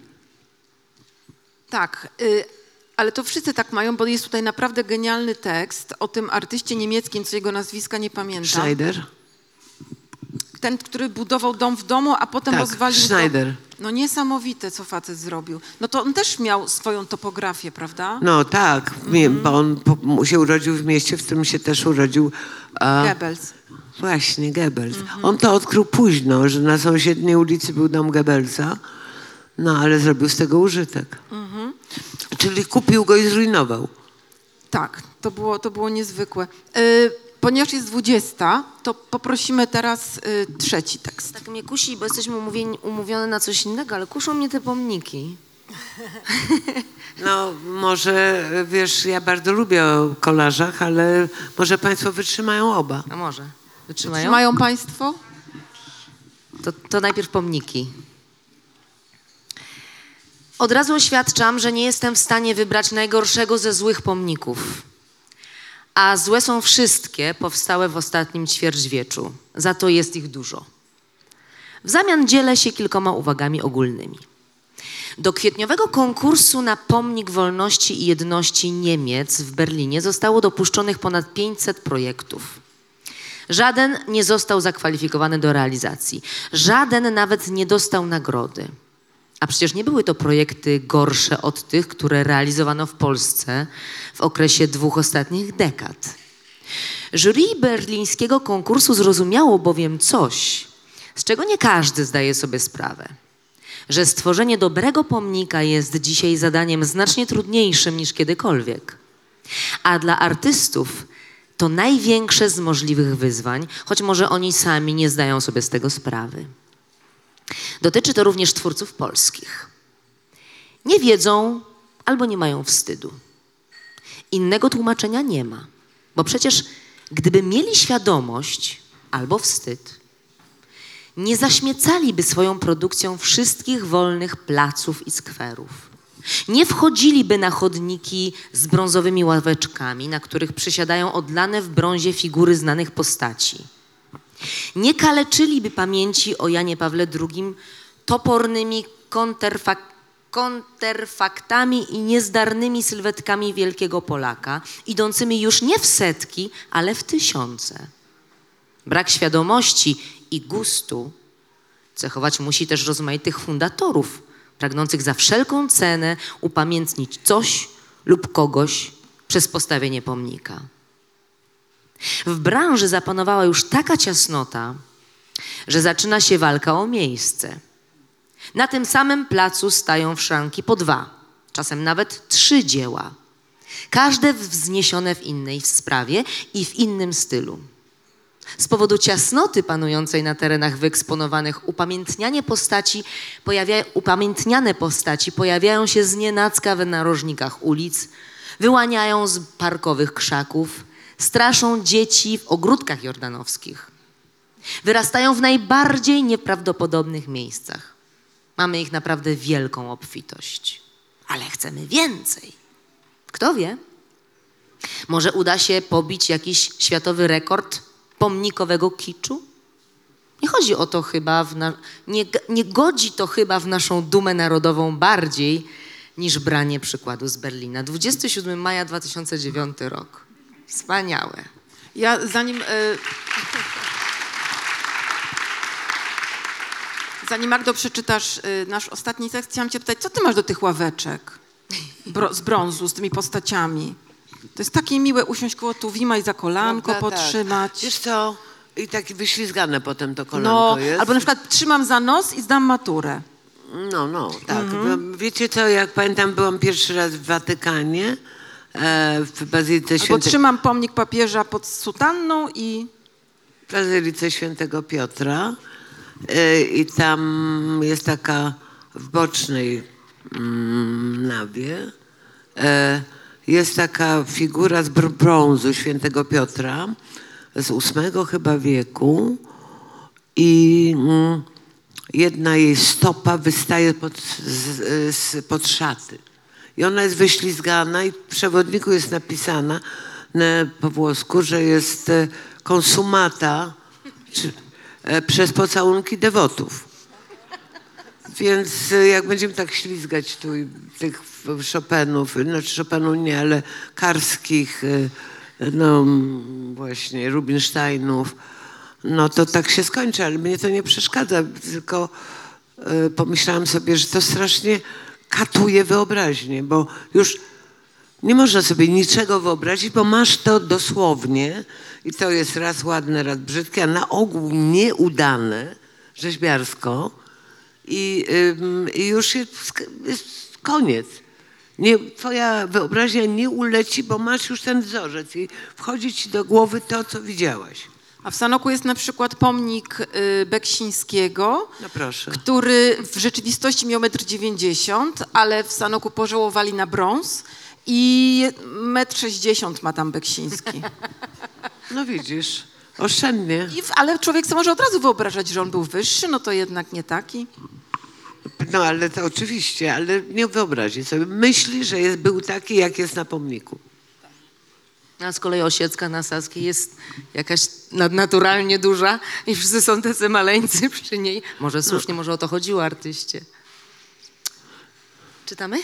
Tak, ale to wszyscy tak mają, bo jest tutaj naprawdę genialny tekst o tym artyście niemieckim, co jego nazwiska nie pamiętam. Schneider? Ten, który budował dom w domu, a potem Tak, rozwalił Schneider. No niesamowite, co facet zrobił. No to on też miał swoją topografię, prawda? No tak, bo on się urodził w mieście, w którym się też urodził Goebbels. właśnie Goebbels. On to odkrył późno, że na sąsiedniej ulicy był dom Goebbelsa, no ale zrobił z tego użytek. Czyli kupił go i zrujnował. Tak, to było niezwykłe. Ponieważ jest 20, to poprosimy teraz trzeci tekst. Tak mnie kusi, bo jesteśmy umówione na coś innego, ale kuszą mnie te pomniki. No może, wiesz, ja bardzo lubię o kolażach, ale może państwo wytrzymają oba. A może? Wytrzymają? Trzymają państwo? To najpierw pomniki. Od razu oświadczam, że nie jestem w stanie wybrać najgorszego ze złych pomników. A złe są wszystkie powstałe w ostatnim ćwierćwieczu. Za to jest ich dużo. W zamian dzielę się kilkoma uwagami ogólnymi. Do kwietniowego konkursu na pomnik wolności i jedności Niemiec w Berlinie zostało dopuszczonych ponad 500 projektów. Żaden nie został zakwalifikowany do realizacji. Żaden nawet nie dostał nagrody. A przecież nie były to projekty gorsze od tych, które realizowano w Polsce w okresie 2 ostatnich dekad. Jury berlińskiego konkursu zrozumiało bowiem coś, z czego nie każdy zdaje sobie sprawę. Że stworzenie dobrego pomnika jest dzisiaj zadaniem znacznie trudniejszym niż kiedykolwiek. A dla artystów to największe z możliwych wyzwań, choć może oni sami nie zdają sobie z tego sprawy. Dotyczy to również twórców polskich. Nie wiedzą albo nie mają wstydu. Innego tłumaczenia nie ma, bo przecież gdyby mieli świadomość albo wstyd, nie zaśmiecaliby swoją produkcją wszystkich wolnych placów i skwerów. Nie wchodziliby na chodniki z brązowymi ławeczkami, na których przysiadają odlane w brązie figury znanych postaci. Nie kaleczyliby pamięci o Janie Pawle II topornymi konterfaktami i niezdarnymi sylwetkami wielkiego Polaka, idącymi już nie w setki, ale w tysiące. Brak świadomości i gustu cechować musi też rozmaitych fundatorów, pragnących za wszelką cenę upamiętnić coś lub kogoś przez postawienie pomnika. W branży zapanowała już taka ciasnota, że zaczyna się walka o miejsce. Na tym samym placu stają w szranki po 2, czasem nawet 3 dzieła. Każde wzniesione w innej sprawie i w innym stylu. Z powodu ciasnoty panującej na terenach wyeksponowanych upamiętniane postaci pojawiają się znienacka w narożnikach ulic, wyłaniają z parkowych krzaków, straszą dzieci w ogródkach jordanowskich. Wyrastają w najbardziej nieprawdopodobnych miejscach. Mamy ich naprawdę wielką obfitość. Ale chcemy więcej. Kto wie? Może uda się pobić jakiś światowy rekord pomnikowego kiczu? Nie chodzi o to chyba, nie godzi to chyba w naszą dumę narodową bardziej niż branie przykładu z Berlina. 27 maja 2009 rok. Wspaniałe. Ja zanim Magdo przeczytasz nasz ostatni tekst, chciałam cię pytać, co ty masz do tych ławeczek z brązu, z tymi postaciami? To jest takie miłe usiąść koło Tuwima i za kolanko podtrzymać. Tak. Wiesz co, i takie wyślizgane potem to kolanko jest. Albo na przykład trzymam za nos i zdam maturę. No, tak. Wiecie co, jak pamiętam, byłam pierwszy raz w Watykanie w Bazylice Albo Świętego... trzymam pomnik papieża pod sutanną i... W Bazylice Świętego Piotra i tam jest taka w bocznej nawie jest taka figura z brązu Świętego Piotra z VIII chyba wieku i jedna jej stopa wystaje pod szaty. I ona jest wyślizgana i w przewodniku jest napisana po włosku, że jest konsumata przez pocałunki dewotów. Więc jak będziemy tak ślizgać tu tych Chopinów, znaczy Chopinów nie, ale Karskich, no właśnie Rubinsteinów, no to tak się skończy, ale mnie to nie przeszkadza, tylko pomyślałam sobie, że to strasznie katuje wyobraźnię, bo już nie można sobie niczego wyobrazić, bo masz to dosłownie i to jest raz ładne, raz brzydkie, a na ogół nieudane rzeźbiarsko i już jest koniec. Twoja wyobraźnia nie uleci, bo masz już ten wzorzec i wchodzi ci do głowy to, co widziałaś. A w Sanoku jest na przykład pomnik Beksińskiego, No proszę. który w rzeczywistości miał 1,90 m, ale w Sanoku pożałowali na brąz i 1,60 m ma tam Beksiński. No widzisz, oszczędnie. Ale człowiek sobie może od razu wyobrażać, że on był wyższy, no to jednak nie taki. No ale to oczywiście, ale nie wyobraźcie sobie. Myśli, że był taki, jak jest na pomniku. A z kolei Osiecka na Saskiej jest jakaś nadnaturalnie duża i wszyscy są tacy maleńcy przy niej. Może słusznie, może o to chodziło artyście. Czytamy?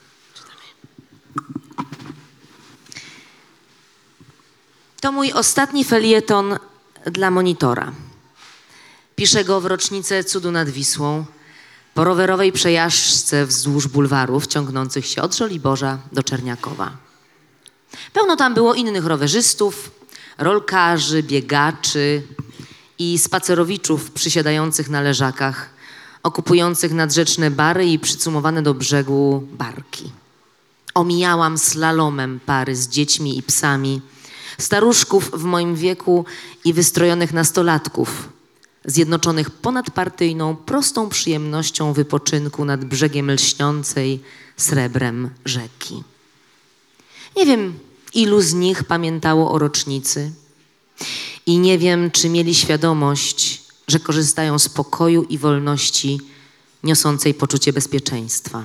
To mój ostatni felieton dla Monitora. Piszę go w rocznicę Cudu nad Wisłą, po rowerowej przejażdżce wzdłuż bulwarów ciągnących się od Żoliborza do Czerniakowa. Pełno tam było innych rowerzystów, rolkarzy, biegaczy i spacerowiczów przysiadających na leżakach, okupujących nadrzeczne bary i przycumowane do brzegu barki. Omijałam slalomem pary z dziećmi i psami, staruszków w moim wieku i wystrojonych nastolatków, zjednoczonych ponadpartyjną, prostą przyjemnością wypoczynku nad brzegiem lśniącej srebrem rzeki. Nie wiem, ilu z nich pamiętało o rocznicy i nie wiem, czy mieli świadomość, że korzystają z pokoju i wolności niosącej poczucie bezpieczeństwa.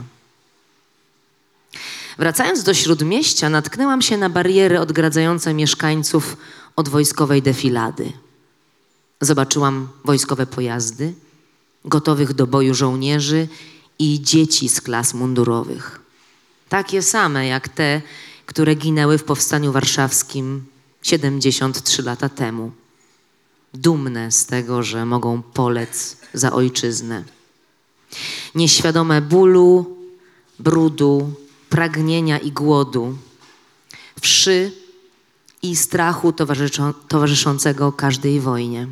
Wracając do Śródmieścia, natknęłam się na bariery odgradzające mieszkańców od wojskowej defilady. Zobaczyłam wojskowe pojazdy, gotowych do boju żołnierzy i dzieci z klas mundurowych. Takie same jak te, które ginęły w Powstaniu Warszawskim 73 lata temu. Dumne z tego, że mogą polec za ojczyznę. Nieświadome bólu, brudu, pragnienia i głodu, wszy i strachu towarzyszącego każdej wojnie.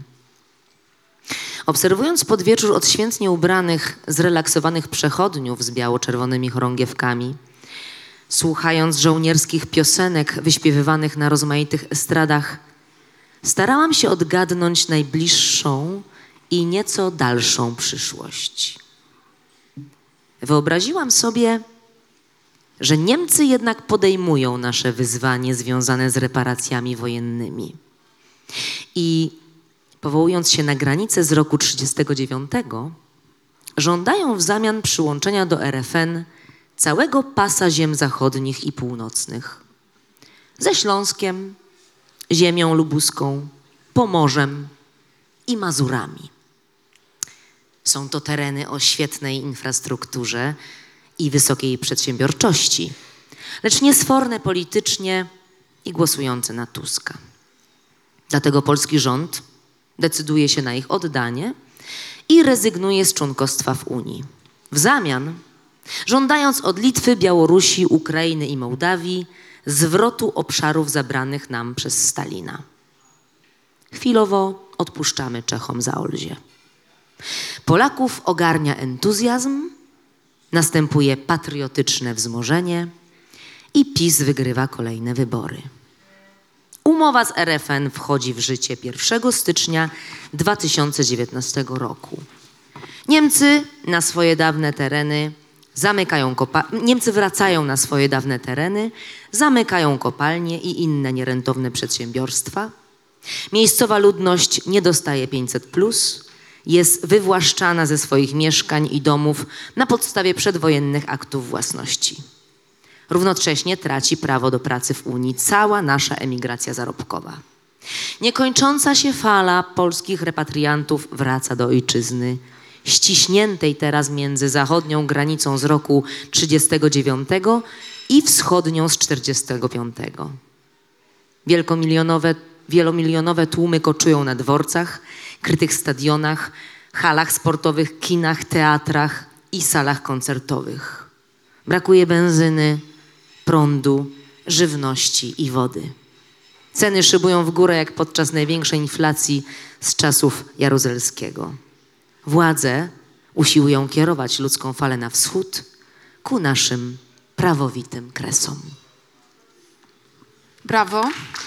Obserwując pod wieczór odświętnie ubranych, zrelaksowanych przechodniów z biało-czerwonymi chorągiewkami, słuchając żołnierskich piosenek wyśpiewywanych na rozmaitych estradach, starałam się odgadnąć najbliższą i nieco dalszą przyszłość. Wyobraziłam sobie, że Niemcy jednak podejmują nasze wyzwanie związane z reparacjami wojennymi. I powołując się na granicę z roku 1939, żądają w zamian przyłączenia do RFN całego pasa ziem zachodnich i północnych. Ze Śląskiem, ziemią lubuską, Pomorzem i Mazurami. Są to tereny o świetnej infrastrukturze i wysokiej przedsiębiorczości, lecz niesforne politycznie i głosujące na Tuska. Dlatego polski rząd decyduje się na ich oddanie i rezygnuje z członkostwa w Unii. W zamian żądając od Litwy, Białorusi, Ukrainy i Mołdawii zwrotu obszarów zabranych nam przez Stalina. Chwilowo odpuszczamy Czechom Zaolzie. Polaków ogarnia entuzjazm, następuje patriotyczne wzmożenie i PiS wygrywa kolejne wybory. Umowa z RFN wchodzi w życie 1 stycznia 2019 roku. Niemcy wracają na swoje dawne tereny, zamykają kopalnie i inne nerentowne przedsiębiorstwa. Miejscowa ludność nie dostaje 500+, jest wywłaszczana ze swoich mieszkań i domów na podstawie przedwojennych aktów własności. Równocześnie traci prawo do pracy w Unii cała nasza emigracja zarobkowa. Niekończąca się fala polskich repatriantów wraca do ojczyzny, ściśniętej teraz między zachodnią granicą z roku 1939 i wschodnią z 1945. Wielomilionowe tłumy koczują na dworcach, krytych stadionach, halach sportowych, kinach, teatrach i salach koncertowych. Brakuje benzyny, prądu, żywności i wody. Ceny szybują w górę jak podczas największej inflacji z czasów Jaruzelskiego. Władze usiłują kierować ludzką falę na wschód ku naszym prawowitym kresom. Brawo.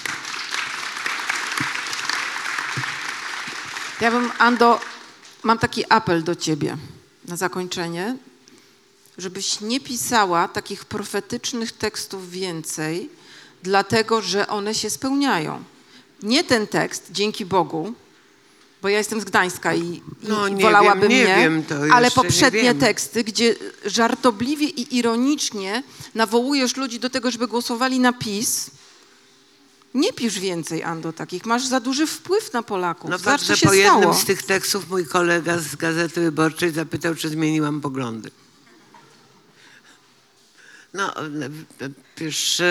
Ando, mam taki apel do ciebie na zakończenie, żebyś nie pisała takich profetycznych tekstów więcej, dlatego że one się spełniają. Nie ten tekst, dzięki Bogu, bo ja jestem z Gdańska i wolałabym ale poprzednie teksty, gdzie żartobliwie i ironicznie nawołujesz ludzi do tego, żeby głosowali na PiS. Nie pisz więcej, Ando, takich. Masz za duży wpływ na Polaków. No Zobacz, fakt, co że się po stało. jednym z tych tekstów mój kolega z Gazety Wyborczej zapytał, czy zmieniłam poglądy. No, wiesz,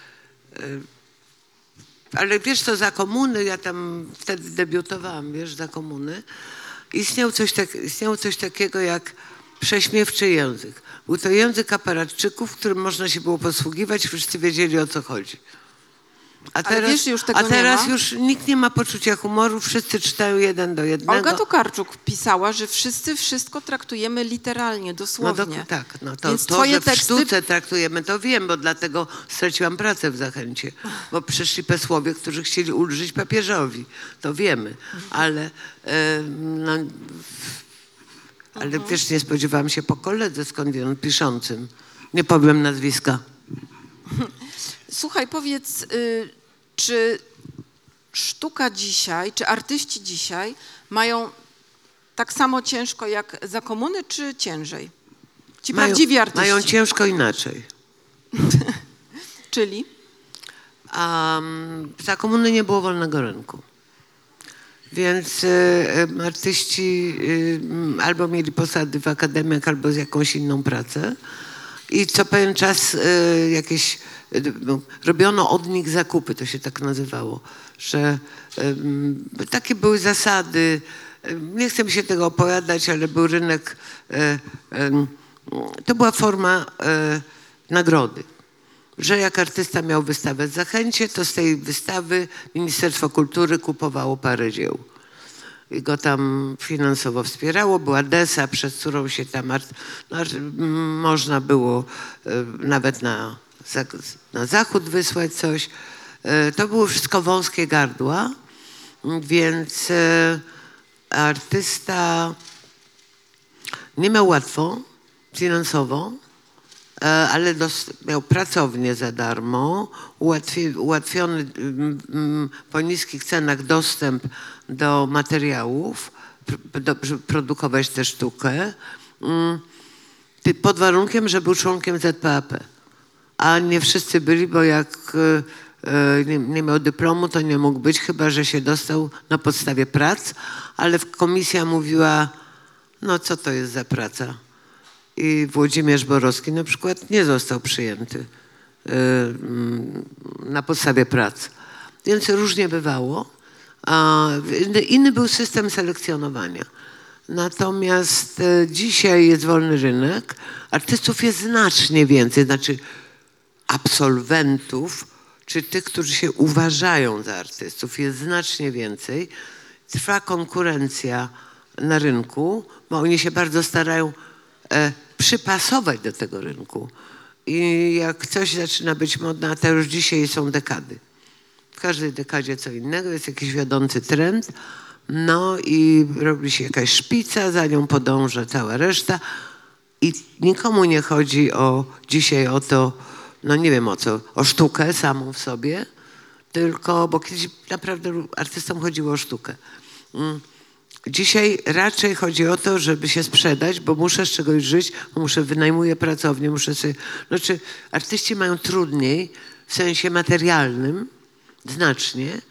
ale wiesz co, za komuny, ja tam wtedy debiutowałam, wiesz, za komuny, istniało coś takiego jak prześmiewczy język. Był to język aparatczyków, którym można się było posługiwać, wszyscy wiedzieli, o co chodzi. A teraz już nikt nie ma poczucia humoru, wszyscy czytają 1 do 1. Olga Tokarczuk pisała, że wszyscy wszystko traktujemy literalnie, dosłownie. Więc to że w sztuce traktujemy, to wiem, bo dlatego straciłam pracę w Zachęcie, bo przyszli posłowie, którzy chcieli ulżyć papieżowi. To wiemy, ale wiesz, nie spodziewałam się po koledze skądinąd piszącym. Nie powiem nazwiska. Słuchaj, powiedz, czy sztuka dzisiaj, czy artyści dzisiaj mają tak samo ciężko jak za komuny, czy ciężej? Ci prawdziwi artyści. Mają ciężko inaczej. Czyli? Za komuny nie było wolnego rynku. Więc artyści albo mieli posady w akademiach, albo z jakąś inną pracę. I co pewien czas robiono od nich zakupy, to się tak nazywało, że takie były zasady. Nie chcę mi się tego opowiadać, ale był rynek, to była forma nagrody, że jak artysta miał wystawę w Zachęcie, to z tej wystawy Ministerstwo Kultury kupowało parę dzieł i go tam finansowo wspierało. Była DESA, przez którą się tam można było nawet na zachód wysłać coś. To było wszystko wąskie gardła, więc artysta nie miał łatwo finansowo, ale miał pracownię za darmo, ułatwiony po niskich cenach dostęp do materiałów, żeby produkować tę sztukę, pod warunkiem, że był członkiem ZPAP. A nie wszyscy byli, bo jak nie miał dyplomu, to nie mógł być, chyba że się dostał na podstawie prac, ale komisja mówiła, no co to jest za praca? I Włodzimierz Borowski na przykład nie został przyjęty na podstawie prac. Więc różnie bywało. Inny był system selekcjonowania. Natomiast dzisiaj jest wolny rynek. Artystów jest znacznie więcej, znaczy absolwentów, czy tych, którzy się uważają za artystów, jest znacznie więcej. Trwa konkurencja na rynku, bo oni się bardzo starają przypasować do tego rynku I jak coś zaczyna być modne, a to już dzisiaj są dekady. W każdej dekadzie co innego, jest jakiś wiodący trend. No i robi się jakaś szpica, za nią podąża cała reszta. I nikomu nie chodzi dzisiaj o to, no nie wiem o co, o sztukę samą w sobie, tylko, bo kiedyś naprawdę artystom chodziło o sztukę. Dzisiaj raczej chodzi o to, żeby się sprzedać, bo muszę z czegoś żyć, bo wynajmuję pracownię, muszę sobie... Znaczy, artyści mają trudniej w sensie materialnym, znacznie,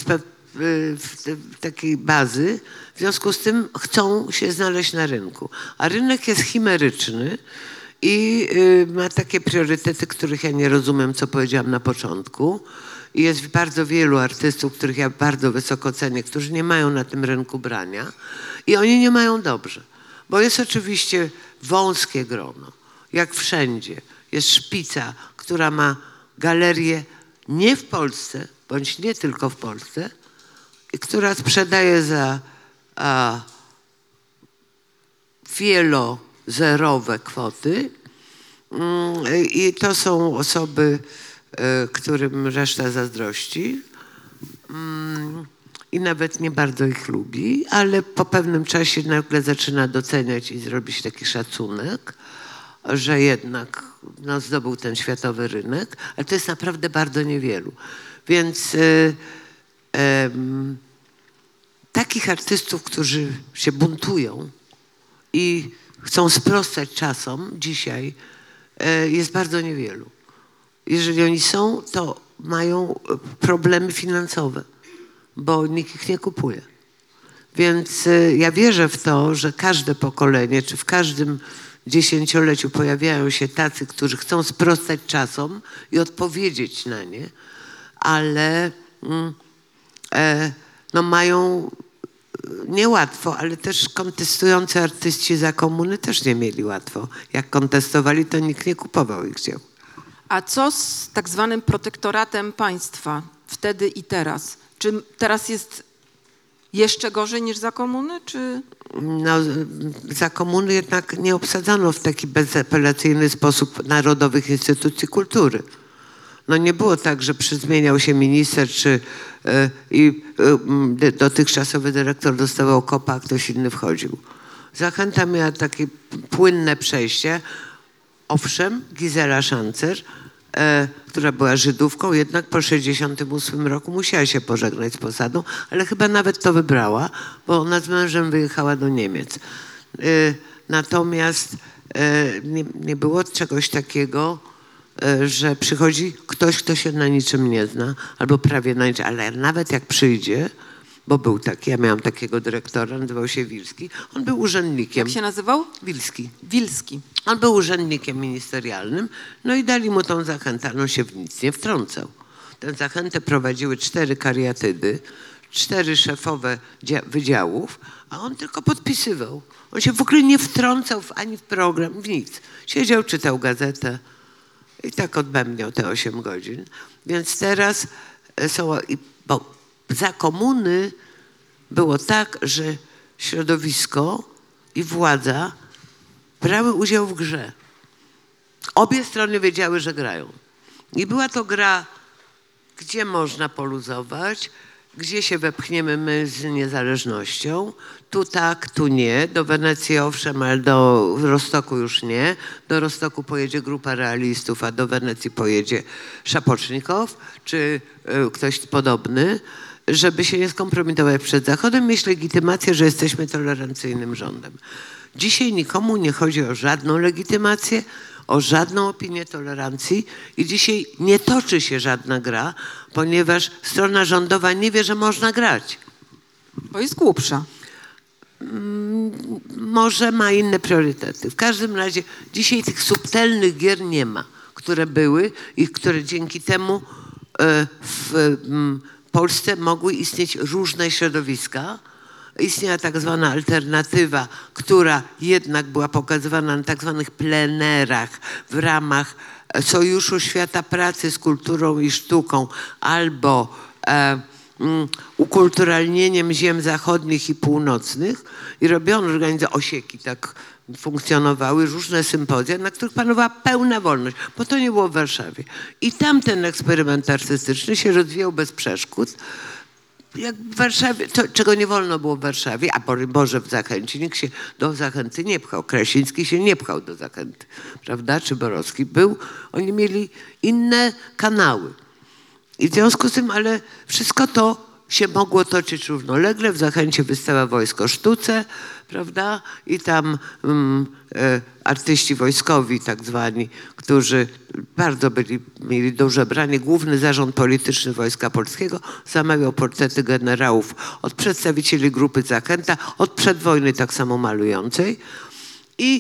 takiej bazy, w związku z tym chcą się znaleźć na rynku. A rynek jest chimeryczny i ma takie priorytety, których ja nie rozumiem, co powiedziałam na początku. I jest bardzo wielu artystów, których ja bardzo wysoko cenię, którzy nie mają na tym rynku brania i oni nie mają dobrze. Bo jest oczywiście wąskie grono, jak wszędzie. Jest szpica, która ma galerię nie w Polsce, bądź nie tylko w Polsce, i która sprzedaje za wielozerowe kwoty. I to są osoby, którym reszta zazdrości i nawet nie bardzo ich lubi, ale po pewnym czasie nagle zaczyna doceniać i zrobić taki szacunek, że jednak no, zdobył ten światowy rynek, ale to jest naprawdę bardzo niewielu. Więc takich artystów, którzy się buntują i chcą sprostać czasom dzisiaj, jest bardzo niewielu. Jeżeli oni są, to mają problemy finansowe, bo nikt ich nie kupuje. Więc ja wierzę w to, że każde pokolenie, czy w każdym dziesięcioleciu pojawiają się tacy, którzy chcą sprostać czasom i odpowiedzieć na nie, ale no mają niełatwo, ale też kontestujący artyści za komuny też nie mieli łatwo. Jak kontestowali, to nikt nie kupował ich dzieł. A co z tak zwanym protektoratem państwa wtedy i teraz? Czy teraz jest jeszcze gorzej niż za komuny, czy... No, za komuny jednak nie obsadzano w taki bezapelacyjny sposób narodowych instytucji kultury. No nie było tak, że zmieniał się minister, i dotychczasowy dyrektor dostawał kopa, a ktoś inny wchodził. Zachęta miała takie płynne przejście. Owszem, Gizela Schanzer, która była Żydówką, jednak po 1968 roku musiała się pożegnać z posadą, ale chyba nawet to wybrała, bo ona z mężem wyjechała do Niemiec. Natomiast nie było czegoś takiego, że przychodzi ktoś, kto się na niczym nie zna, albo prawie na niczym, ale nawet jak przyjdzie, bo był taki, ja miałam takiego dyrektora, nazywał się Wilski, on był urzędnikiem. Jak się nazywał? Wilski. Wilski. On był urzędnikiem ministerialnym, no i dali mu tą zachętę, ale on się w nic nie wtrącał. Tę zachętę prowadziły 4 kariatydy, 4 szefowe wydziałów, a on tylko podpisywał. On się w ogóle nie wtrącał ani w program, w nic. Siedział, czytał gazetę i tak odbębniał te 8 godzin. Więc teraz są, bo za komuny było tak, że środowisko i władza brały udział w grze. Obie strony wiedziały, że grają. I była to gra, gdzie można poluzować, gdzie się wepchniemy my z niezależnością. Tu tak, tu nie. Do Wenecji owszem, ale do Rostoku już nie. Do Rostoku pojedzie grupa realistów, a do Wenecji pojedzie Szapocznikow czy ktoś podobny, żeby się nie skompromitować przed Zachodem, mieć legitymację, że jesteśmy tolerancyjnym rządem. Dzisiaj nikomu nie chodzi o żadną legitymację, o żadną opinię tolerancji i dzisiaj nie toczy się żadna gra, ponieważ strona rządowa nie wie, że można grać. Bo jest głupsza. Może ma inne priorytety. W każdym razie dzisiaj tych subtelnych gier nie ma, które były i które dzięki temu w Polsce mogły istnieć różne środowiska. Istniała tak zwana alternatywa, która jednak była pokazywana na tak zwanych plenerach w ramach Sojuszu Świata Pracy z Kulturą i Sztuką albo ukulturalnieniem ziem zachodnich i północnych i robiono osieki, tak funkcjonowały różne sympozja, na których panowała pełna wolność, bo to nie było w Warszawie. I tam ten eksperyment artystyczny się rozwijał bez przeszkód. Jak w Warszawie, to, czego nie wolno było w Warszawie, a Boże w Zachęcie, nikt się do Zachęty nie pchał. Krasiński się nie pchał do Zachęty, prawda? Czy Borowski był. Oni mieli inne kanały. I w związku z tym, ale wszystko to się mogło toczyć równolegle. W Zachęcie wystawa Wojsko Sztuce, prawda? I tam artyści wojskowi tak zwani, którzy bardzo mieli duże branie. Główny Zarząd Polityczny Wojska Polskiego zamawiał portrety generałów od przedstawicieli grupy Zachęta, od przedwojny tak samo malującej. I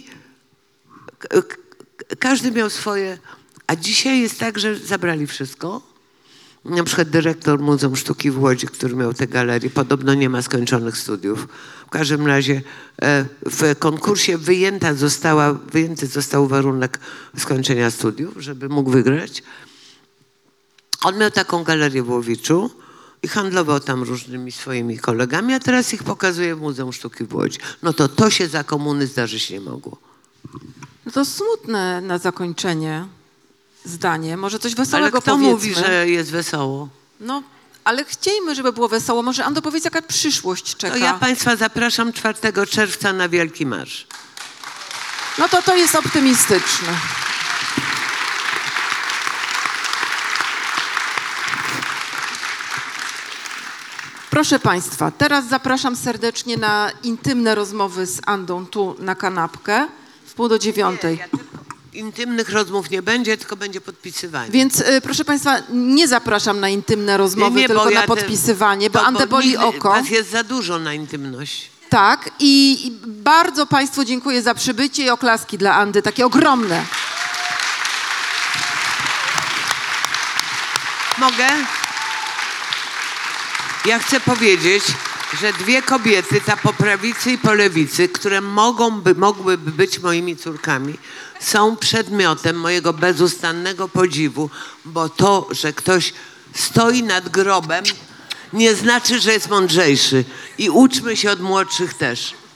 każdy miał swoje. A dzisiaj jest tak, że zabrali wszystko. Na przykład dyrektor Muzeum Sztuki w Łodzi, który miał tę galerię, podobno nie ma skończonych studiów. W każdym razie w konkursie wyjęty został warunek skończenia studiów, żeby mógł wygrać. On miał taką galerię w Łowiczu i handlował tam różnymi swoimi kolegami, a teraz ich pokazuje w Muzeum Sztuki w Łodzi. No to się za komuny zdarzyć nie mogło. No to smutne na zakończenie zdanie. Może coś Ale wesołego kto powiedzmy. mówi, że jest wesoło? No, ale chciejmy, żeby było wesoło. Może Ando powiedz, jaka przyszłość czeka. To ja Państwa zapraszam 4 czerwca na Wielki Marsz. No to jest optymistyczne. Proszę Państwa, teraz zapraszam serdecznie na intymne rozmowy z Andą tu na kanapkę w 8:30. Intymnych rozmów nie będzie, tylko będzie podpisywanie. Więc proszę Państwa, nie zapraszam na intymne rozmowy, Nie, tylko bo na ja podpisywanie, bo Andę boli nigdy oko. Was jest za dużo na intymność. Tak, i bardzo Państwu dziękuję za przybycie i oklaski dla Andy, takie ogromne. Mogę? Ja chcę powiedzieć, że 2 kobiety, ta po prawicy i po lewicy, które mogłyby być moimi córkami, są przedmiotem mojego bezustannego podziwu, bo to, że ktoś stoi nad grobem, nie znaczy, że jest mądrzejszy. I uczmy się od młodszych też.